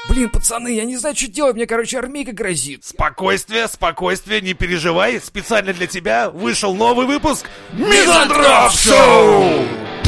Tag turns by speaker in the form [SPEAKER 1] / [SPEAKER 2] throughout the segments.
[SPEAKER 1] Блин, пацаны, я не знаю, что делать, мне, армейка грозит.
[SPEAKER 2] Спокойствие, не переживай. Специально для тебя вышел новый выпуск Мизантроп Шоу!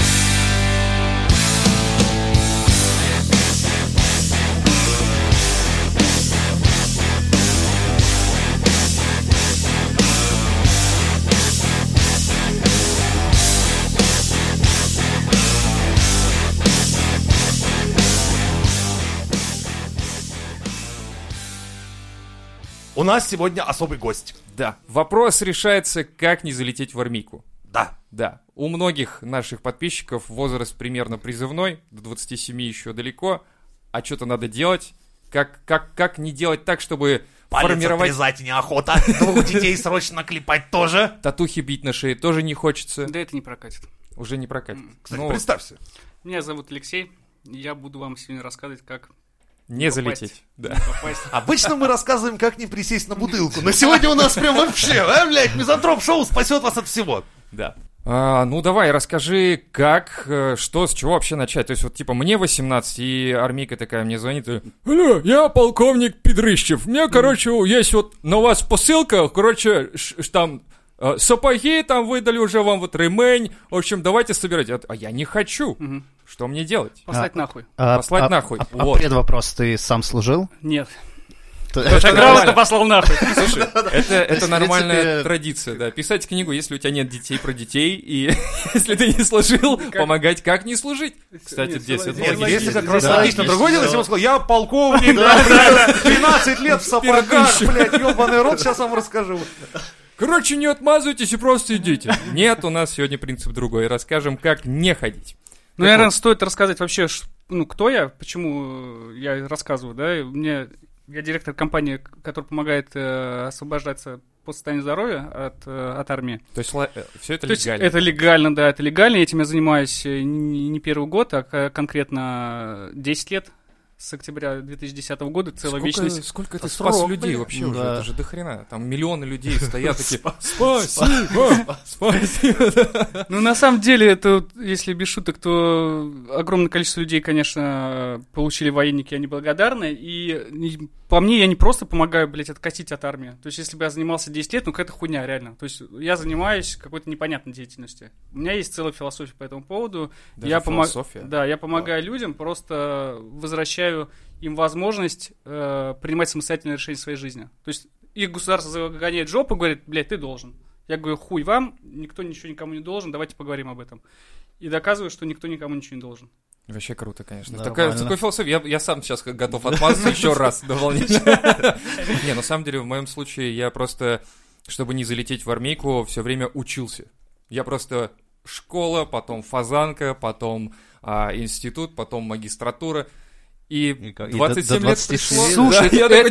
[SPEAKER 2] У нас сегодня особый гость.
[SPEAKER 1] Да, вопрос решается, как не залететь в армейку.
[SPEAKER 2] Да.
[SPEAKER 1] У многих наших подписчиков возраст примерно призывной, до 27 еще далеко, а что-то надо делать. Как не делать так, чтобы
[SPEAKER 2] Палец
[SPEAKER 1] формировать...
[SPEAKER 2] отрезать неохота, 2 детей срочно клепать тоже.
[SPEAKER 1] Татухи бить на шее тоже не хочется.
[SPEAKER 3] Да это не прокатит.
[SPEAKER 1] Уже не прокатит.
[SPEAKER 2] Кстати, представься.
[SPEAKER 3] Меня зовут Алексей, я буду вам сегодня рассказывать, как...
[SPEAKER 1] Не
[SPEAKER 3] попасть.
[SPEAKER 1] залететь. Да.
[SPEAKER 2] Обычно мы рассказываем, как не присесть на бутылку, но сегодня у нас прям вообще, Мизантроп Шоу спасет вас от всего.
[SPEAKER 1] Да. Ну давай, расскажи, как, что, с чего вообще начать. То есть вот типа мне 18, и армейка такая мне звонит, и, алло, я полковник Педрыщев, мне, есть вот на вас посылка, там сапоги там выдали уже вам, вот ремень, в общем, давайте собирать. А я не хочу. Что мне делать?
[SPEAKER 3] Послать нахуй.
[SPEAKER 1] Послать нахуй.
[SPEAKER 4] Вот. Предвопрос, ты сам служил?
[SPEAKER 3] Нет.
[SPEAKER 1] Это
[SPEAKER 3] грамотно послал нахуй.
[SPEAKER 1] Слушай, это нормальная
[SPEAKER 4] принципе...
[SPEAKER 1] традиция, да. Писать книгу, если у тебя нет детей, про детей, и если ты не служил, помогать, как не служить. Кстати, здесь это
[SPEAKER 2] если как раз логично. Другое дело, если он сказал, я полковник, 12 лет в сапогах, блядь, ебаный рот, сейчас вам расскажу.
[SPEAKER 1] Не отмазывайтесь и просто идите. Нет, у нас сегодня принцип другой. Расскажем, как не ходить.
[SPEAKER 3] Ну, наверное, стоит рассказать вообще, кто я, почему я рассказываю, да. Я директор компании, которая помогает освобождаться по состоянию здоровья от армии.
[SPEAKER 1] То есть все это
[SPEAKER 3] легально? То есть
[SPEAKER 1] легально?
[SPEAKER 3] Это легально, да, это легально. Этим я занимаюсь не первый год, а конкретно 10 лет. С октября 2010 года целая вечность.
[SPEAKER 1] Сколько ты спас людей вообще уже? Это же дохрена. Там миллионы людей стоят такие, спасибо.
[SPEAKER 3] Ну, на самом деле, это, если без шуток, то огромное количество людей, конечно, получили военники, они благодарны. И по мне, я не просто помогаю, откатить от армии. То есть, если бы я занимался 10 лет, какая-то хуйня, реально. То есть, я занимаюсь какой-то непонятной деятельностью. У меня есть целая философия по этому поводу.
[SPEAKER 1] Философия?
[SPEAKER 3] Да, я помогаю людям, просто возвращаю им возможность принимать самостоятельное решение в своей жизни. То есть их государство загоняет жопу и говорит, блядь, ты должен. Я говорю, хуй вам, никто ничего никому не должен, давайте поговорим об этом. И доказываю, что никто никому ничего не должен.
[SPEAKER 1] Вообще круто, конечно. Такая философия. Я сам сейчас готов отмазаться еще раз до волнения. Не, на самом деле, в моем случае, я просто, чтобы не залететь в армейку, все время учился. Я просто школа, потом фазанка, потом институт, потом магистратура. И 27 лет пришло.
[SPEAKER 3] Слушай,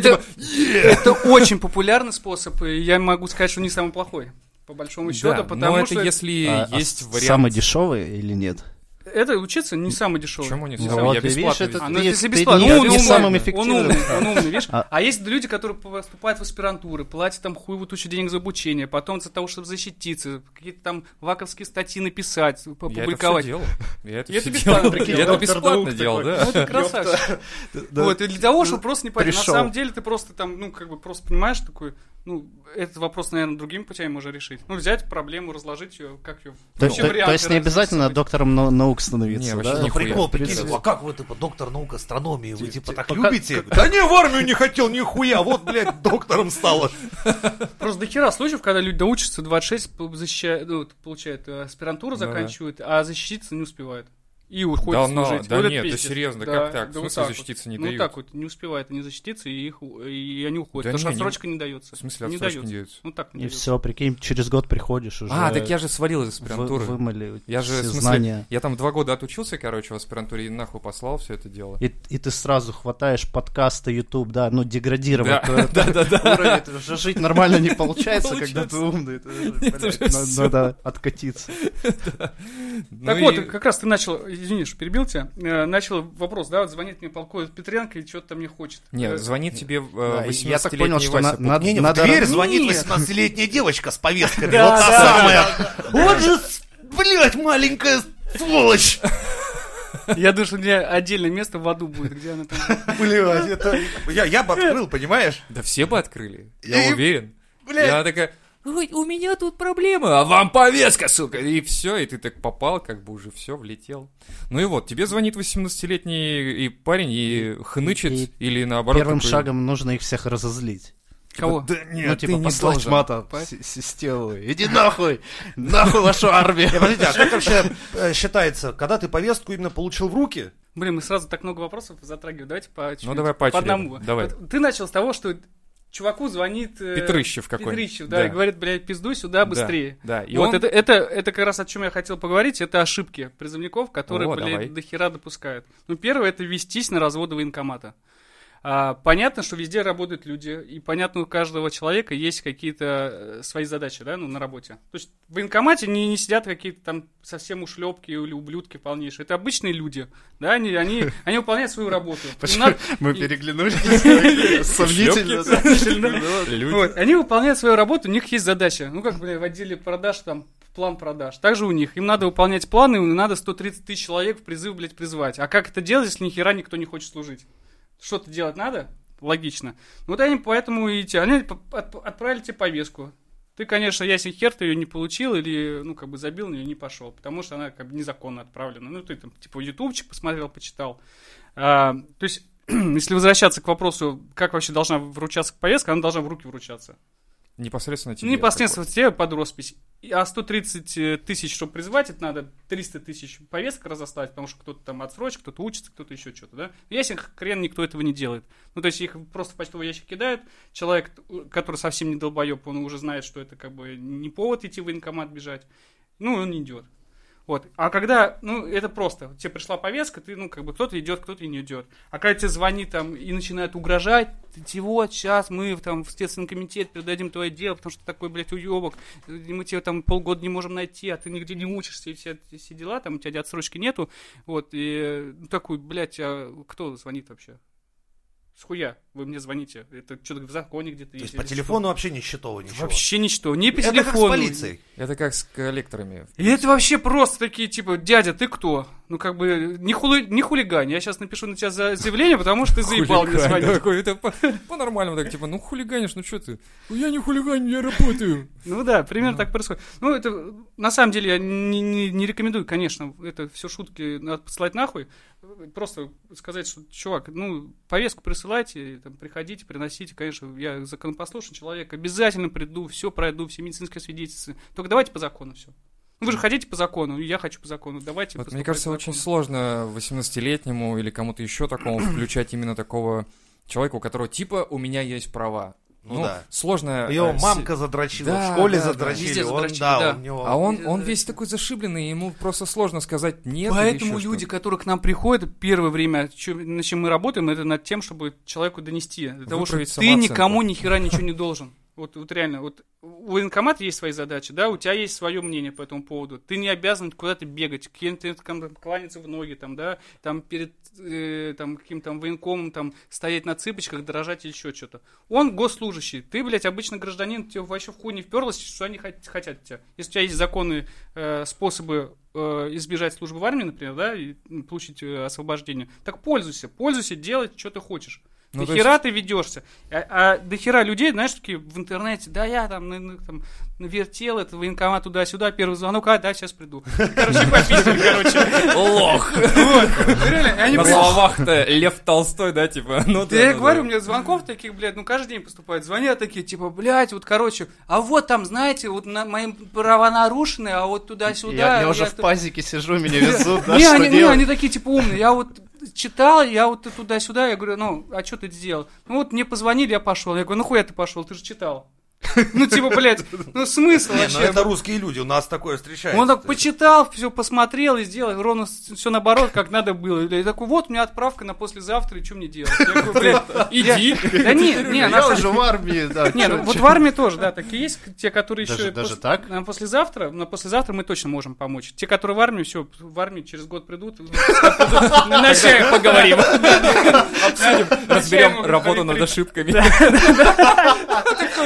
[SPEAKER 3] это очень популярный способ, и я могу сказать, что не самый плохой, по большому счету, потому что...
[SPEAKER 1] Но это если есть вариант...
[SPEAKER 4] Самый дешевый или нет?
[SPEAKER 3] Это учиться не самый дешевый.
[SPEAKER 1] Почему не самый? Я бесплатно.
[SPEAKER 3] Если бесплатно.
[SPEAKER 4] Он не самым эффективным.
[SPEAKER 3] Он умный, видишь? А есть люди, которые поступают в аспирантуры, платят там хуевую тучу денег за обучение, потом для того, чтобы защититься, какие-то там ваковские статьи написать, опубликовать.
[SPEAKER 1] Я это бесплатно делал, да?
[SPEAKER 3] Ну, ты красавчик. Вот, и для того, чтобы просто не понять. На самом деле, ты просто там, просто понимаешь такой... этот вопрос, наверное, другими путями можно решить. Взять проблему, разложить ее, как ее...
[SPEAKER 4] То есть не обязательно доктором наук становиться, да?
[SPEAKER 2] Ну, прикол, прикинь, а как вы, доктор наук астрономии, вы, так любите? Да не, в армию не хотел, нихуя, вот, блядь, доктором стало.
[SPEAKER 3] Просто до хера случаев, когда люди доучатся, 26 получают аспирантуру, заканчивают, а защититься не успевают. И уходят служить.
[SPEAKER 1] Да нет, это серьезно, как так? В смысле защититься не дают?
[SPEAKER 3] Ну так вот, не успевают они защититься, и они уходят, потому что отсрочка не дается.
[SPEAKER 1] В смысле отсрочка не дается?
[SPEAKER 3] Ну так не
[SPEAKER 4] И
[SPEAKER 3] дается.
[SPEAKER 4] все, прикинь, через год приходишь уже.
[SPEAKER 1] Так я же свалил из аспирантуры.
[SPEAKER 4] Вымыли
[SPEAKER 1] я же,
[SPEAKER 4] все знания.
[SPEAKER 1] Я там 2 года отучился, в аспирантуре, и нахуй послал все это дело.
[SPEAKER 4] И ты сразу хватаешь подкасты, YouTube, деградировать
[SPEAKER 1] уровень.
[SPEAKER 4] Уже жить нормально не получается, когда ты умный. Надо откатиться.
[SPEAKER 3] Так вот, как раз ты начал, извини, что перебил тебя, начал вопрос, да, звонит мне полковник Петренко и что-то там не хочет.
[SPEAKER 1] Нет, звонит тебе 18-летний
[SPEAKER 4] я так понял, что
[SPEAKER 1] Вася.
[SPEAKER 2] В дверь звонит 18-летняя девочка с повестками, вот та самая. Вот же, блядь, маленькая сволочь.
[SPEAKER 3] Я думаю, что у меня отдельное место в аду будет, где она там...
[SPEAKER 2] Блядь, это... Я бы открыл, понимаешь?
[SPEAKER 1] Да все бы открыли, я
[SPEAKER 2] И,
[SPEAKER 1] уверен.
[SPEAKER 2] блядь.
[SPEAKER 1] И она такая, ой, у меня тут проблема, а вам повестка, сука. И все, и ты так попал, как бы уже все, влетел. Ну и вот, тебе звонит 18-летний и парень и хнычет,
[SPEAKER 4] И
[SPEAKER 1] или наоборот...
[SPEAKER 4] Первым
[SPEAKER 1] такой,
[SPEAKER 4] шагом нужно их всех разозлить.
[SPEAKER 3] Кого?
[SPEAKER 1] Да нет,
[SPEAKER 4] Ну,
[SPEAKER 1] ты
[SPEAKER 4] типа,
[SPEAKER 1] не
[SPEAKER 4] послать
[SPEAKER 1] должен.
[SPEAKER 4] матом систему. Иди нахуй! Нахуй вашу армию!
[SPEAKER 2] Подождите, а как вообще считается, когда ты повестку именно получил в руки?
[SPEAKER 3] Блин, мы сразу так много вопросов затрагиваем. Давайте по чуть-чуть.
[SPEAKER 1] Ну, давай по очереди.
[SPEAKER 3] одному.
[SPEAKER 1] Давай.
[SPEAKER 3] Вот ты начал с того, что чуваку звонит...
[SPEAKER 1] Петрыщев какой-нибудь.
[SPEAKER 3] Петрыщев, да, и говорит, блядь, пиздуй сюда быстрее.
[SPEAKER 1] Да, и
[SPEAKER 3] Вот,
[SPEAKER 1] он...
[SPEAKER 3] это как раз о чем я хотел поговорить, это ошибки призывников, которые,
[SPEAKER 1] О,
[SPEAKER 3] блядь,
[SPEAKER 1] давай.
[SPEAKER 3] до хера допускают. Ну, первое, это вестись на разводы военкомата. Понятно, что везде работают люди, и понятно, у каждого человека есть какие-то свои задачи, да, ну, на работе. То есть в военкомате не сидят какие-то там совсем ушлепки или ублюдки полнейшие. Это обычные люди, да, они выполняют свою работу.
[SPEAKER 4] Мы переглянулись. Сомнительно.
[SPEAKER 3] Вот, они выполняют свою работу, у них есть задача. Ну, как, в отделе продаж, там, план продаж. Также у них. Им надо выполнять планы, им надо 130 тысяч человек в призыв, блядь, призывать. А как это делать, если ни хера никто не хочет служить? Что-то делать надо? Логично. Вот они поэтому и они отправили тебе повестку. Ты, конечно, ясен хер, ты ее не получил или, ну, как бы забил на нее, не пошел, потому что она как бы незаконно отправлена. Ну, ты там, типа, ютубчик посмотрел, почитал. То есть, если возвращаться к вопросу, как вообще должна вручаться повестка, она должна в руки вручаться.
[SPEAKER 1] Непосредственно тебе.
[SPEAKER 3] Непосредственно тебе под роспись. А 130 тысяч, чтобы призвать, это надо 300 тысяч повесток разослать, потому что кто-то там отсрочек, кто-то учится, кто-то еще что-то, да? Ясен хрен, никто этого не делает. Ну, то есть их просто в почтовый ящик кидают, человек, который совсем не долбоеб, он уже знает, что это как бы не повод идти в военкомат бежать, ну, он не идет. Вот. А когда, ну, это просто, тебе пришла повестка, ты, ну, как бы, кто-то идет, кто-то не идет. А когда тебе звонит там и начинают угрожать, ты вот, сейчас мы там в Следственный комитет передадим твое дело, потому что ты такой, блядь, уебок, и мы тебе там полгода не можем найти, а ты нигде не учишься, и все дела, там у тебя отсрочки нету, вот, и ну, такой, блядь, а кто звонит вообще? Схуя вы мне звоните? Это что-то в законе где-то
[SPEAKER 2] То
[SPEAKER 3] есть.
[SPEAKER 2] есть по телефону вообще ничего, ничего.
[SPEAKER 3] Вообще ничего. Не по
[SPEAKER 2] Это
[SPEAKER 3] телефону.
[SPEAKER 2] как с полицией.
[SPEAKER 1] Это как с коллекторами.
[SPEAKER 3] И это вообще просто такие, типа, дядя, ты кто? Ну, как бы, не хулигань. Я сейчас напишу на тебя заявление, потому что ты заебал мне звонить.
[SPEAKER 1] Такой, это по-нормальному так, типа, ну хулиганишь, ну что ты? Ну я не хулигань, я работаю.
[SPEAKER 3] Ну да, примерно так происходит. Ну, это, на самом деле, я не рекомендую, конечно, это все шутки, надо посылать нахуй. Просто сказать, что, чувак, ну, повестку присылайте, там, приходите, приносите, конечно, я законопослушный человек, обязательно приду, все пройду, все медицинские свидетельства. Только давайте по закону все. Вы же хотите по закону, и я хочу по закону, давайте.
[SPEAKER 1] Вот, мне кажется, очень сложно 18-летнему или кому-то еще такому включать именно такого человека, у которого типа у меня есть права.
[SPEAKER 2] Ну да.
[SPEAKER 1] Сложно.
[SPEAKER 2] Его мамка задрочила,
[SPEAKER 1] да,
[SPEAKER 2] в школе
[SPEAKER 1] да,
[SPEAKER 2] задрочили,
[SPEAKER 3] везде
[SPEAKER 2] он,
[SPEAKER 3] задрочили,
[SPEAKER 2] да,
[SPEAKER 3] да.
[SPEAKER 2] у него...
[SPEAKER 1] А он весь такой зашибленный, ему просто сложно сказать нет.
[SPEAKER 3] Поэтому
[SPEAKER 1] или еще
[SPEAKER 3] люди,
[SPEAKER 1] что-то.
[SPEAKER 3] которые к нам приходят, первое время, над чем мы работаем, это над тем, чтобы человеку донести. Для того, что
[SPEAKER 1] Выправить
[SPEAKER 3] ты
[SPEAKER 1] самооценку.
[SPEAKER 3] никому ни хера ничего не должен. Вот реально, вот у военкомата есть свои задачи, да, у тебя есть свое мнение по этому поводу. Ты не обязан куда-то бегать, кем-то кланяться в ноги, там, да, там перед там, каким-то там военкомом там стоять на цыпочках, дрожать или еще что-то. Он госслужащий, ты, блядь, обычно гражданин, тебе вообще в хуй не вперлось, что они хотят от тебя. Если у тебя есть законные способы избежать службы в армии, например, да, и получить освобождение, так пользуйся, делай, что ты хочешь.
[SPEAKER 1] Ну,
[SPEAKER 3] до хера ты ведешься. А до хера людей, знаешь, такие в интернете, да, я там навертел это военкомат туда-сюда, первый звонок, да, сейчас приду. Короче, попиздили, короче.
[SPEAKER 1] Лох. На словах-то Лев Толстой, да, типа.
[SPEAKER 3] Я говорю, у меня звонков таких, блядь, ну каждый день поступает. Звонят такие, типа, блядь, вот, короче, а вот там, знаете, вот мои права нарушены, а вот туда-сюда.
[SPEAKER 4] Я уже в пазике сижу, меня везут, да,
[SPEAKER 3] не,
[SPEAKER 4] что делать?
[SPEAKER 3] они такие, типа, умные. Я вот читал, я вот туда-сюда, я говорю, ну, а что ты сделал? Ну, вот мне позвонили, я пошел. Я говорю, ну, хуя ты пошел, ты же читал. Ну, типа, блядь, ну, смысл вообще?
[SPEAKER 2] Ну, это русские люди, у нас такое встречается.
[SPEAKER 3] Он так почитал, все посмотрел и сделал ровно все наоборот, как надо было. И такой, вот, у меня отправка на послезавтра, и что мне делать? Я говорю, блядь,
[SPEAKER 1] иди.
[SPEAKER 3] Да не,
[SPEAKER 4] Я уже в армии, да.
[SPEAKER 3] не, ну, вот в армии тоже, да, такие есть, те, которые еще...
[SPEAKER 4] Даже так?
[SPEAKER 3] На послезавтра мы точно можем помочь. Те, которые в армии, все, в армию через год придут, на чай поговорим.
[SPEAKER 1] Обсудим, разберем работу над ошибками.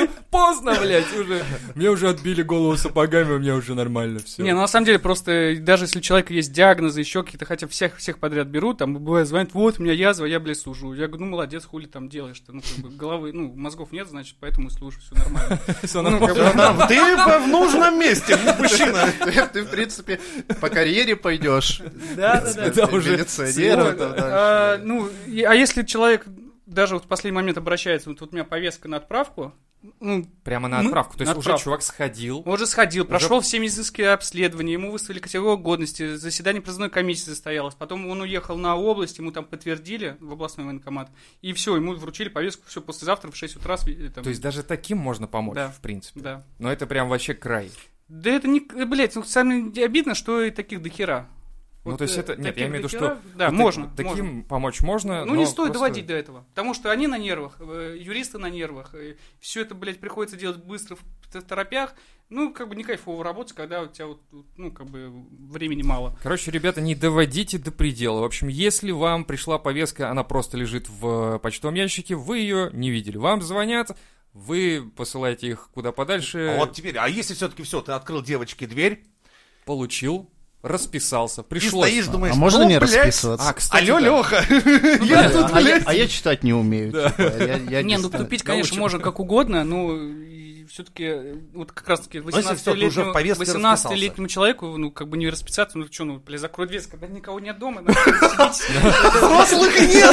[SPEAKER 1] поздно, блядь, уже. Мне уже отбили голову сапогами, у меня уже нормально все.
[SPEAKER 3] Не, ну на самом деле просто, даже если у человека есть диагнозы, еще какие-то, хотя всех подряд берут, там, бывает, звонят, вот, у меня язва, я, блядь, служу. Я говорю, ну, молодец, хули там делаешь-то, ну, как бы, головы, ну, мозгов нет, значит, поэтому и служу, все нормально.
[SPEAKER 2] Ты в нужном месте, мужчина.
[SPEAKER 4] Ты, в принципе, по карьере пойдешь.
[SPEAKER 3] Да.
[SPEAKER 4] Уже милиционером.
[SPEAKER 3] Ну, а если человек даже вот в последний момент обращается, вот у меня повестка на отправку, ну,
[SPEAKER 1] прямо на отправку, то есть уже чувак сходил.
[SPEAKER 3] Он уже сходил, прошел все медицинские обследования, ему выставили категорию годности, заседание призывной комиссии состоялось, потом он уехал на область, ему там подтвердили в областной военкомат, и все, ему вручили повестку, все, послезавтра в 6 утра. Там...
[SPEAKER 1] То есть даже таким можно помочь,
[SPEAKER 3] да,
[SPEAKER 1] в принципе.
[SPEAKER 3] Да.
[SPEAKER 1] Но это прям вообще край.
[SPEAKER 3] Да это не, блядь, ну, самое обидно, что и таких дохера.
[SPEAKER 1] Ну, вот, то есть это... Нет, я имею в виду, что...
[SPEAKER 3] Да, можно.
[SPEAKER 1] Таким
[SPEAKER 3] можно.
[SPEAKER 1] Помочь можно,
[SPEAKER 3] ну, не стоит доводить до этого. Потому что они на нервах, юристы на нервах. Все это, блядь, приходится делать быстро в торопях. Ну, как бы не кайфово работать, когда у тебя вот, ну, как бы времени мало.
[SPEAKER 1] Короче, ребята, не доводите до предела. В общем, если вам пришла повестка, она просто лежит в почтовом ящике, вы ее не видели. Вам звонят, вы посылаете их куда подальше.
[SPEAKER 2] А вот теперь, а если все-таки все, ты открыл девочке дверь,
[SPEAKER 1] получил, расписался,
[SPEAKER 2] и
[SPEAKER 1] пришлось.
[SPEAKER 2] стоишь, думаешь,
[SPEAKER 4] можно не расписываться?
[SPEAKER 1] Кстати,
[SPEAKER 2] алло, Леха,
[SPEAKER 4] я тут, а я читать не умею.
[SPEAKER 3] Не, ну тупить, конечно, можно как угодно, но все-таки вот как раз-таки 18-летнему человеку, ну, как бы не расписаться, ну, что, ну, блядь, закрой дверь, когда никого нет дома,
[SPEAKER 2] взрослых нет!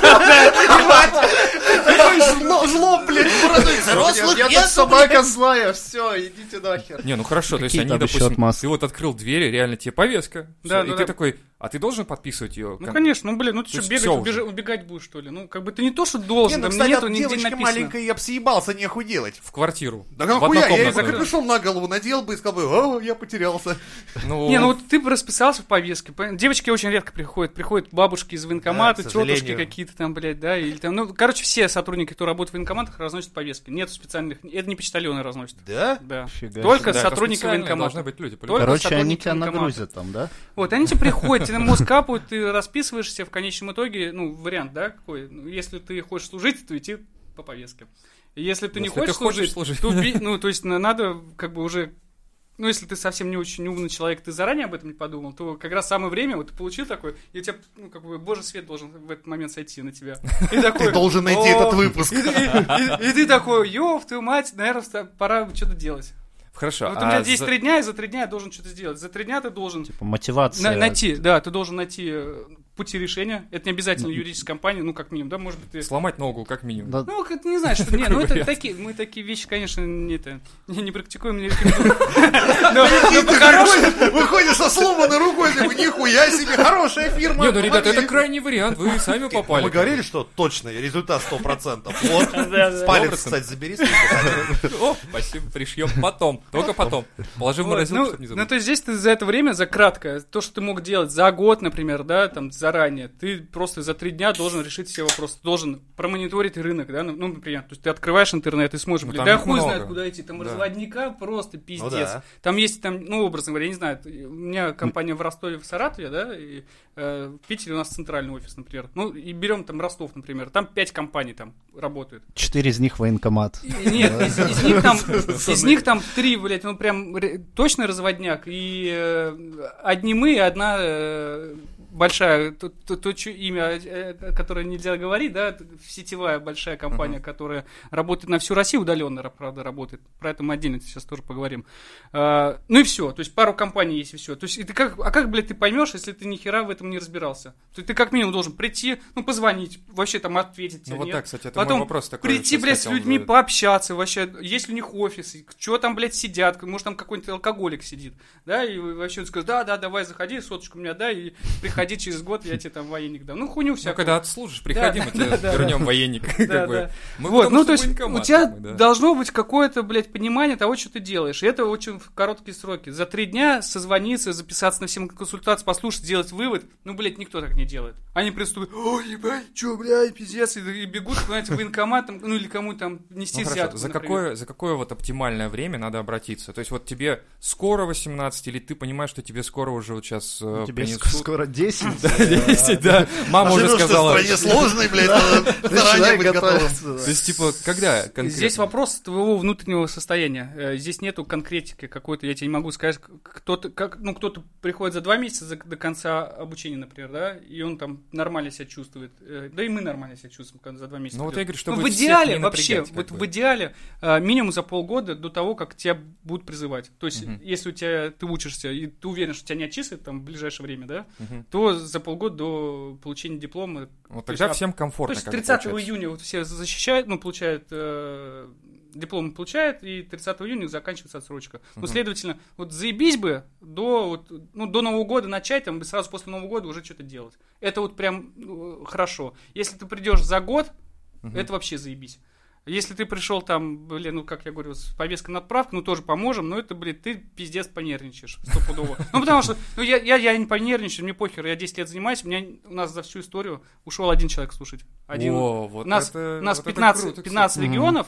[SPEAKER 2] Жлоб, блядь, взрослых
[SPEAKER 4] нет! Я тут собака злая, все, идите нахер.
[SPEAKER 1] Не, ну хорошо, то есть они, допустим, ты вот открыл дверь, реально тебе повестка, и ты такой... А ты должен подписывать ее?
[SPEAKER 3] Ну, конечно, ну, блин, ну ты что, бегать, убегать будешь, что ли? Ну, как бы ты не то, что должен, там нету нигде написано.
[SPEAKER 2] Маленькая, я бы съебался, нехуй делать.
[SPEAKER 1] В квартиру.
[SPEAKER 2] Да нахуя, я ей за капюшон на голову надел бы и сказал бы, о, я потерялся.
[SPEAKER 3] Не, ну вот ты бы расписался в повестке. Девочки очень редко приходят бабушки из военкомата, тетушки какие-то там, блядь, да, или там, ну, короче, все сотрудники, которые работают в военкоматах, разносят повестки. Нету специальных, это не почтальоны разносят.
[SPEAKER 2] Да?
[SPEAKER 3] Да. Только сотрудники военкомата.
[SPEAKER 1] Должны быть люди.
[SPEAKER 4] Короче, они тебя нагрузят там, да?
[SPEAKER 3] Вот, они тебе приходят, тебе на мозг капают, ты расписываешься, в конечном итоге, ну, вариант, да, какой? Если ты хочешь служить, то идти по повестке. Если ты не хочешь служить, то, ну, то есть надо как бы уже... Ну, если ты совсем не очень умный человек, ты заранее об этом не подумал, то как раз самое время, вот ты получил такой, и у тебя, ну, как бы, божий свет должен в этот момент сойти на тебя.
[SPEAKER 2] Ты должен найти этот выпуск.
[SPEAKER 3] И ты такой, ёб твою мать, наверное, пора что-то делать.
[SPEAKER 1] Хорошо.
[SPEAKER 3] Вот у меня есть 3 дня, и за 3 дня я должен что-то сделать. За 3 дня ты должен...
[SPEAKER 4] Типа мотивация.
[SPEAKER 3] Найти, да, ты должен найти пути решения. Это не обязательно юридическая компания, ну, как минимум, да, может быть, ты...
[SPEAKER 1] Сломать ногу, как минимум.
[SPEAKER 4] Да.
[SPEAKER 3] Ну, это не знаю, что... Не, ну, это такие... Мы такие вещи, конечно, не практикуем, не рекомендуем.
[SPEAKER 2] Выходишь со сломанной рукой, нихуя себе, хорошая фирма.
[SPEAKER 1] Не, ну, ребята, это крайний вариант, вы сами попали.
[SPEAKER 2] Мы говорили, что точно, результат 100%. Вот, палец, кстати, забери.
[SPEAKER 1] О, спасибо, пришьем потом, только потом. Положи в морозилку, чтобы не забыть.
[SPEAKER 3] Ну, то есть здесь ты за это время, за краткое, то, что ты мог делать за год, например, да, там, заранее, ты просто за 3 дня должен решить все вопросы, должен промониторить рынок, да, ну, например, то есть ты открываешь интернет и смотришь, блин, да хуй знает, куда идти, там разводника просто пиздец. Там есть, там, ну, образно говоря, я не знаю, у меня компания в Ростове, в Саратове, да, и в Питере у нас центральный офис, например, ну, и берем там Ростов, например, там 5 компаний там работают.
[SPEAKER 4] 4 из них военкомат.
[SPEAKER 3] Нет, из них там 3, блядь, ну, прям точно разводняк, и одни мы, и одна... большая, то имя, которое нельзя говорить, да, сетевая большая компания, которая работает на всю Россию, удаленно, правда, работает. Про это мы отдельно сейчас тоже поговорим. Ну и все, то есть пару компаний есть и все. То есть ты как, блядь, ты поймешь, если ты ни хера в этом не разбирался? То есть ты как минимум должен прийти, ну, позвонить, вообще там ответить тебе,
[SPEAKER 1] ну, вот
[SPEAKER 3] нет?
[SPEAKER 1] так, кстати, это
[SPEAKER 3] потом
[SPEAKER 1] мой вопрос такой.
[SPEAKER 3] Прийти, блядь, с людьми пообщаться, вообще, есть ли у них офисы, что там, блядь, сидят, может, там какой-нибудь алкоголик сидит, да, и вообще он скажет, да, давай, заходи, соточку мне дай, и приходи через год, я тебе там военник дам. Ну, хуйню всякую.
[SPEAKER 1] Ну, когда отслужишь, приходи, мы тебе вернем военник.
[SPEAKER 3] Вот, ну, то есть у тебя должно быть какое-то, блядь, понимание того, что ты делаешь. И это очень в короткие сроки. За 3 дня созвониться, записаться на все консультации, послушать, сделать вывод. Ну, блядь, никто так не делает. Они приступают, ой, ебать, что, блядь, пиздец, и бегут, понимаете, в военкомат, ну, или кому там нести взятку,
[SPEAKER 1] за какое вот оптимальное время надо обратиться? То есть вот тебе скоро 18, или ты понимаешь, что тебе скоро уже вот сейчас
[SPEAKER 4] тебе
[SPEAKER 1] принесут?
[SPEAKER 4] скоро 10.
[SPEAKER 1] 10, да. Мама уже сказала.
[SPEAKER 2] В стране сложной, блядь, заранее быть готовым.
[SPEAKER 1] То есть, типа, когда конкретно?
[SPEAKER 3] Здесь вопрос твоего внутреннего состояния. Здесь нету конкретики какой-то, я тебе не могу сказать, кто-то приходит за 2 месяца до конца обучения, например, да, и он там нормально себя чувствует. Да и мы нормально себя чувствуем, когда за 2 месяца.
[SPEAKER 1] Ну вот я говорю, чтобы
[SPEAKER 3] в идеале вообще, вот в идеале минимум за полгода до того, как тебя будут призывать. То есть, если ты учишься, и ты уверен, что тебя не отчислят там в ближайшее время, да, то за полгода до получения диплома...
[SPEAKER 1] Вот тогда всем комфортно.
[SPEAKER 3] То есть 30 июня вот все защищают, получают... диплом получает, и 30 июня заканчивается отсрочка. Ну, следовательно, вот заебись бы до Нового года начать, там, сразу после Нового года уже что-то делать. Это вот прям хорошо. Если ты придешь за год, это вообще заебись. Если ты пришел там, как я говорю, с повесткой на отправку, тоже поможем, но это, ты пиздец понервничаешь, стопудово. Потому что, я не понервничаю, мне похер, я 10 лет занимаюсь, у нас за всю историю ушел один человек слушать. У нас 15 регионов,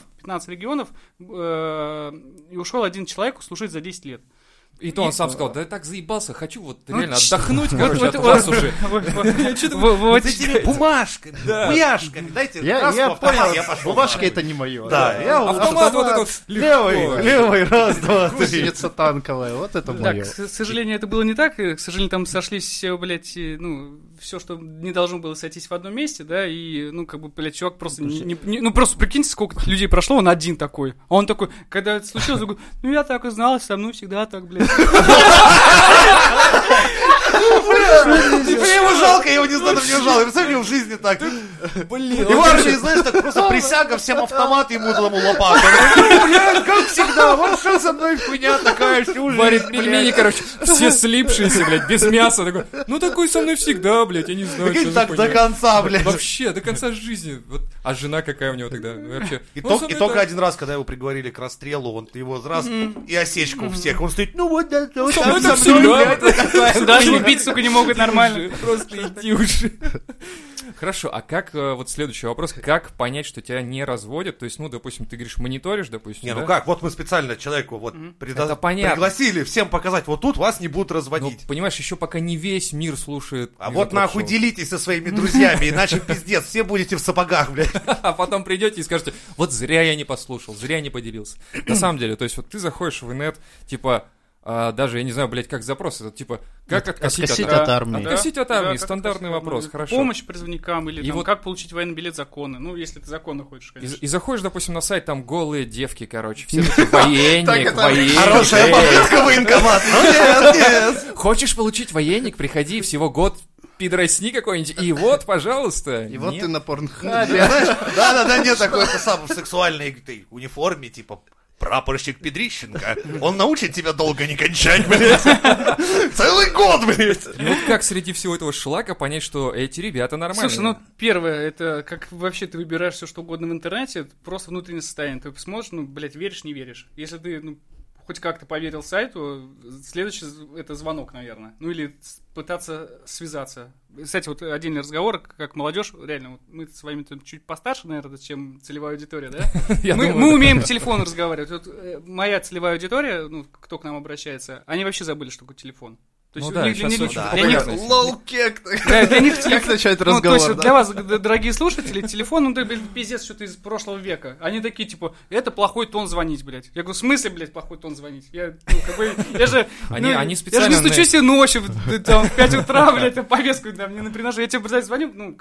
[SPEAKER 3] и ушел один человек слушать за 10 лет.
[SPEAKER 1] И то он сам сказал, да я так заебался, хочу вот реально отдохнуть, короче, от вас уже.
[SPEAKER 2] Вот этими бумажками, буяшками, дайте
[SPEAKER 4] я понял,
[SPEAKER 2] я пошел.
[SPEAKER 4] Бумажка это не мое.
[SPEAKER 2] Да,
[SPEAKER 1] автомат вот этот
[SPEAKER 4] левый, раз, два, три. Гусеница танковая, вот это мое.
[SPEAKER 3] К сожалению, это было не так, к сожалению, там сошлись все, все, что не должно было сойтись в одном месте, да, и, чувак просто, просто прикиньте, сколько людей прошло, он один такой, а он такой, когда это случилось, он говорит, я так и знал, со мной всегда так, блядь.
[SPEAKER 2] Мне его жалко, я его не знаю, мне жалко. Представь, в жизни так.
[SPEAKER 1] Блин.
[SPEAKER 2] И в армии, знаешь, так просто присяга, всем автомат, ему тому лопата. Блядь, как всегда, вот что со мной хуйня такая всю жизнь.
[SPEAKER 1] Варит пельмени, короче, все слипшиеся, блядь, без мяса. Такой со мной всегда, блядь, я не знаю, что
[SPEAKER 2] так до конца, блядь.
[SPEAKER 1] Вообще, до конца жизни. А жена какая у него тогда? Вообще.
[SPEAKER 2] И только один раз, когда его приговорили к расстрелу, он его раз и осечку у всех. Он стоит,
[SPEAKER 3] даже убить, сука, не могут нормально.
[SPEAKER 1] Просто иди уже. Хорошо, а как, вот следующий вопрос, как понять, что тебя не разводят? То есть, допустим, ты говоришь, мониторишь, допустим,
[SPEAKER 2] как, вот мы специально человеку
[SPEAKER 1] пригласили
[SPEAKER 2] всем показать, вот тут вас не будут разводить.
[SPEAKER 1] Понимаешь, еще пока не весь мир слушает.
[SPEAKER 2] А вот нахуй делитесь со своими друзьями, иначе пиздец, все будете в сапогах, блядь.
[SPEAKER 1] А потом придете и скажете, вот зря я не послушал, зря не поделился. На самом деле, то есть, вот ты заходишь в инет, типа... даже, я не знаю, блядь, как запрос, это типа, как откосить от армии? Откосить от армии, стандартный вопрос, хорошо.
[SPEAKER 3] Помощь призывникам или как получить военный билет законно, если ты законно хочешь, конечно.
[SPEAKER 1] И заходишь, допустим, на сайт, там голые девки, короче, все такие военник.
[SPEAKER 2] Хорошая попытка военкомат, нет.
[SPEAKER 1] Хочешь получить военник, приходи, всего год пидоросни какой-нибудь, и вот, пожалуйста.
[SPEAKER 4] И вот ты на порнхабе.
[SPEAKER 2] Да, нет, такой в сексуальной униформе, типа... Прапорщик Педрищенко, он научит тебя долго не кончать, блядь. Целый год, блядь.
[SPEAKER 1] И вот как среди всего этого шлака понять, что эти ребята нормальные?
[SPEAKER 3] Слушай, первое, это как вообще ты выбираешь все, что угодно в интернете, это просто внутреннее состояние. Ты смотришь, веришь, не веришь. Если ты, хоть как-то поверил сайту, следующий это звонок, наверное. Или пытаться связаться. Кстати, вот отдельный разговор, как молодежь, реально, вот мы с вами чуть постарше, наверное, чем целевая аудитория, да? Мы умеем по телефону разговаривать. Вот моя целевая аудитория, кто к нам обращается, они вообще забыли, что такое телефон. То есть для них
[SPEAKER 4] лоу-кек.
[SPEAKER 3] Для них
[SPEAKER 4] как начать разговор.
[SPEAKER 3] То есть для вас, дорогие слушатели, телефон, пиздец, что-то из прошлого века. Они такие, типа, это плохой тон звонить, блядь. Я говорю, в смысле, блядь, плохой тон звонить? Я же
[SPEAKER 1] они специально...
[SPEAKER 3] Я же не стучу себе ночью, там, в 5 утра, блядь, повестку мне приношу. Я тебе, блядь, звоню,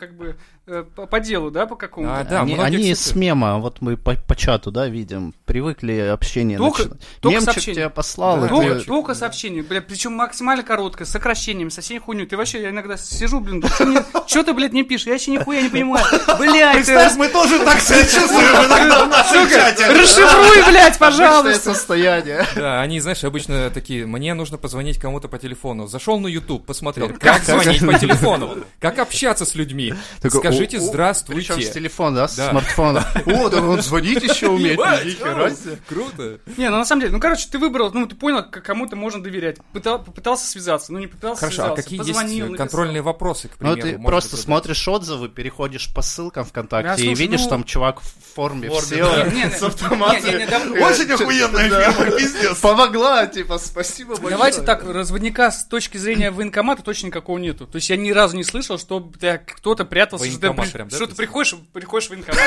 [SPEAKER 3] по делу, да, по какому-то.
[SPEAKER 4] Они с мема, вот мы по чату, да, видим, привыкли общение начинать. Мемчик тебя послал.
[SPEAKER 3] Только сообщение, блядь, причем максимально короткое, с сокращением, со всей хуйней. Ты вообще, я иногда сижу, блин, что ты, блядь, не пишешь? Я вообще нихуя не понимаю. Блядь,
[SPEAKER 2] представь, мы тоже так себя чувствуем иногда в нашем чате.
[SPEAKER 3] Расшифруй, блядь, пожалуйста.
[SPEAKER 4] Состояние.
[SPEAKER 1] Да, они, знаешь, обычно такие, мне нужно позвонить кому-то по телефону. Зашел на YouTube, посмотрел, как звонить по телефону, как общаться с людьми. Скажите здравствуйте.
[SPEAKER 4] Причем с телефона, да, с смартфона. О, да он звонить еще умеет.
[SPEAKER 1] Круто.
[SPEAKER 3] Не, на самом деле, ты выбрал, ты понял, кому-то можно доверять. Попытался связаться. связаться. Ну, не пытался
[SPEAKER 1] Хорошо,
[SPEAKER 3] связаться.
[SPEAKER 1] а какие
[SPEAKER 3] Позвонил,
[SPEAKER 1] есть контрольные вопросы, к
[SPEAKER 4] Ну,
[SPEAKER 1] примеру?
[SPEAKER 4] ты просто смотришь отзывы, переходишь по ссылкам ВКонтакте и видишь, там чувак в форме SEO с автоматом.
[SPEAKER 2] Очень охуенная фирма, пиздец.
[SPEAKER 4] Помогла, типа, спасибо большое.
[SPEAKER 3] Давайте так, разводника с точки зрения военкомата точно никакого нету. То есть я ни разу не слышал, что кто-то прятался, что ты приходишь в военкомат.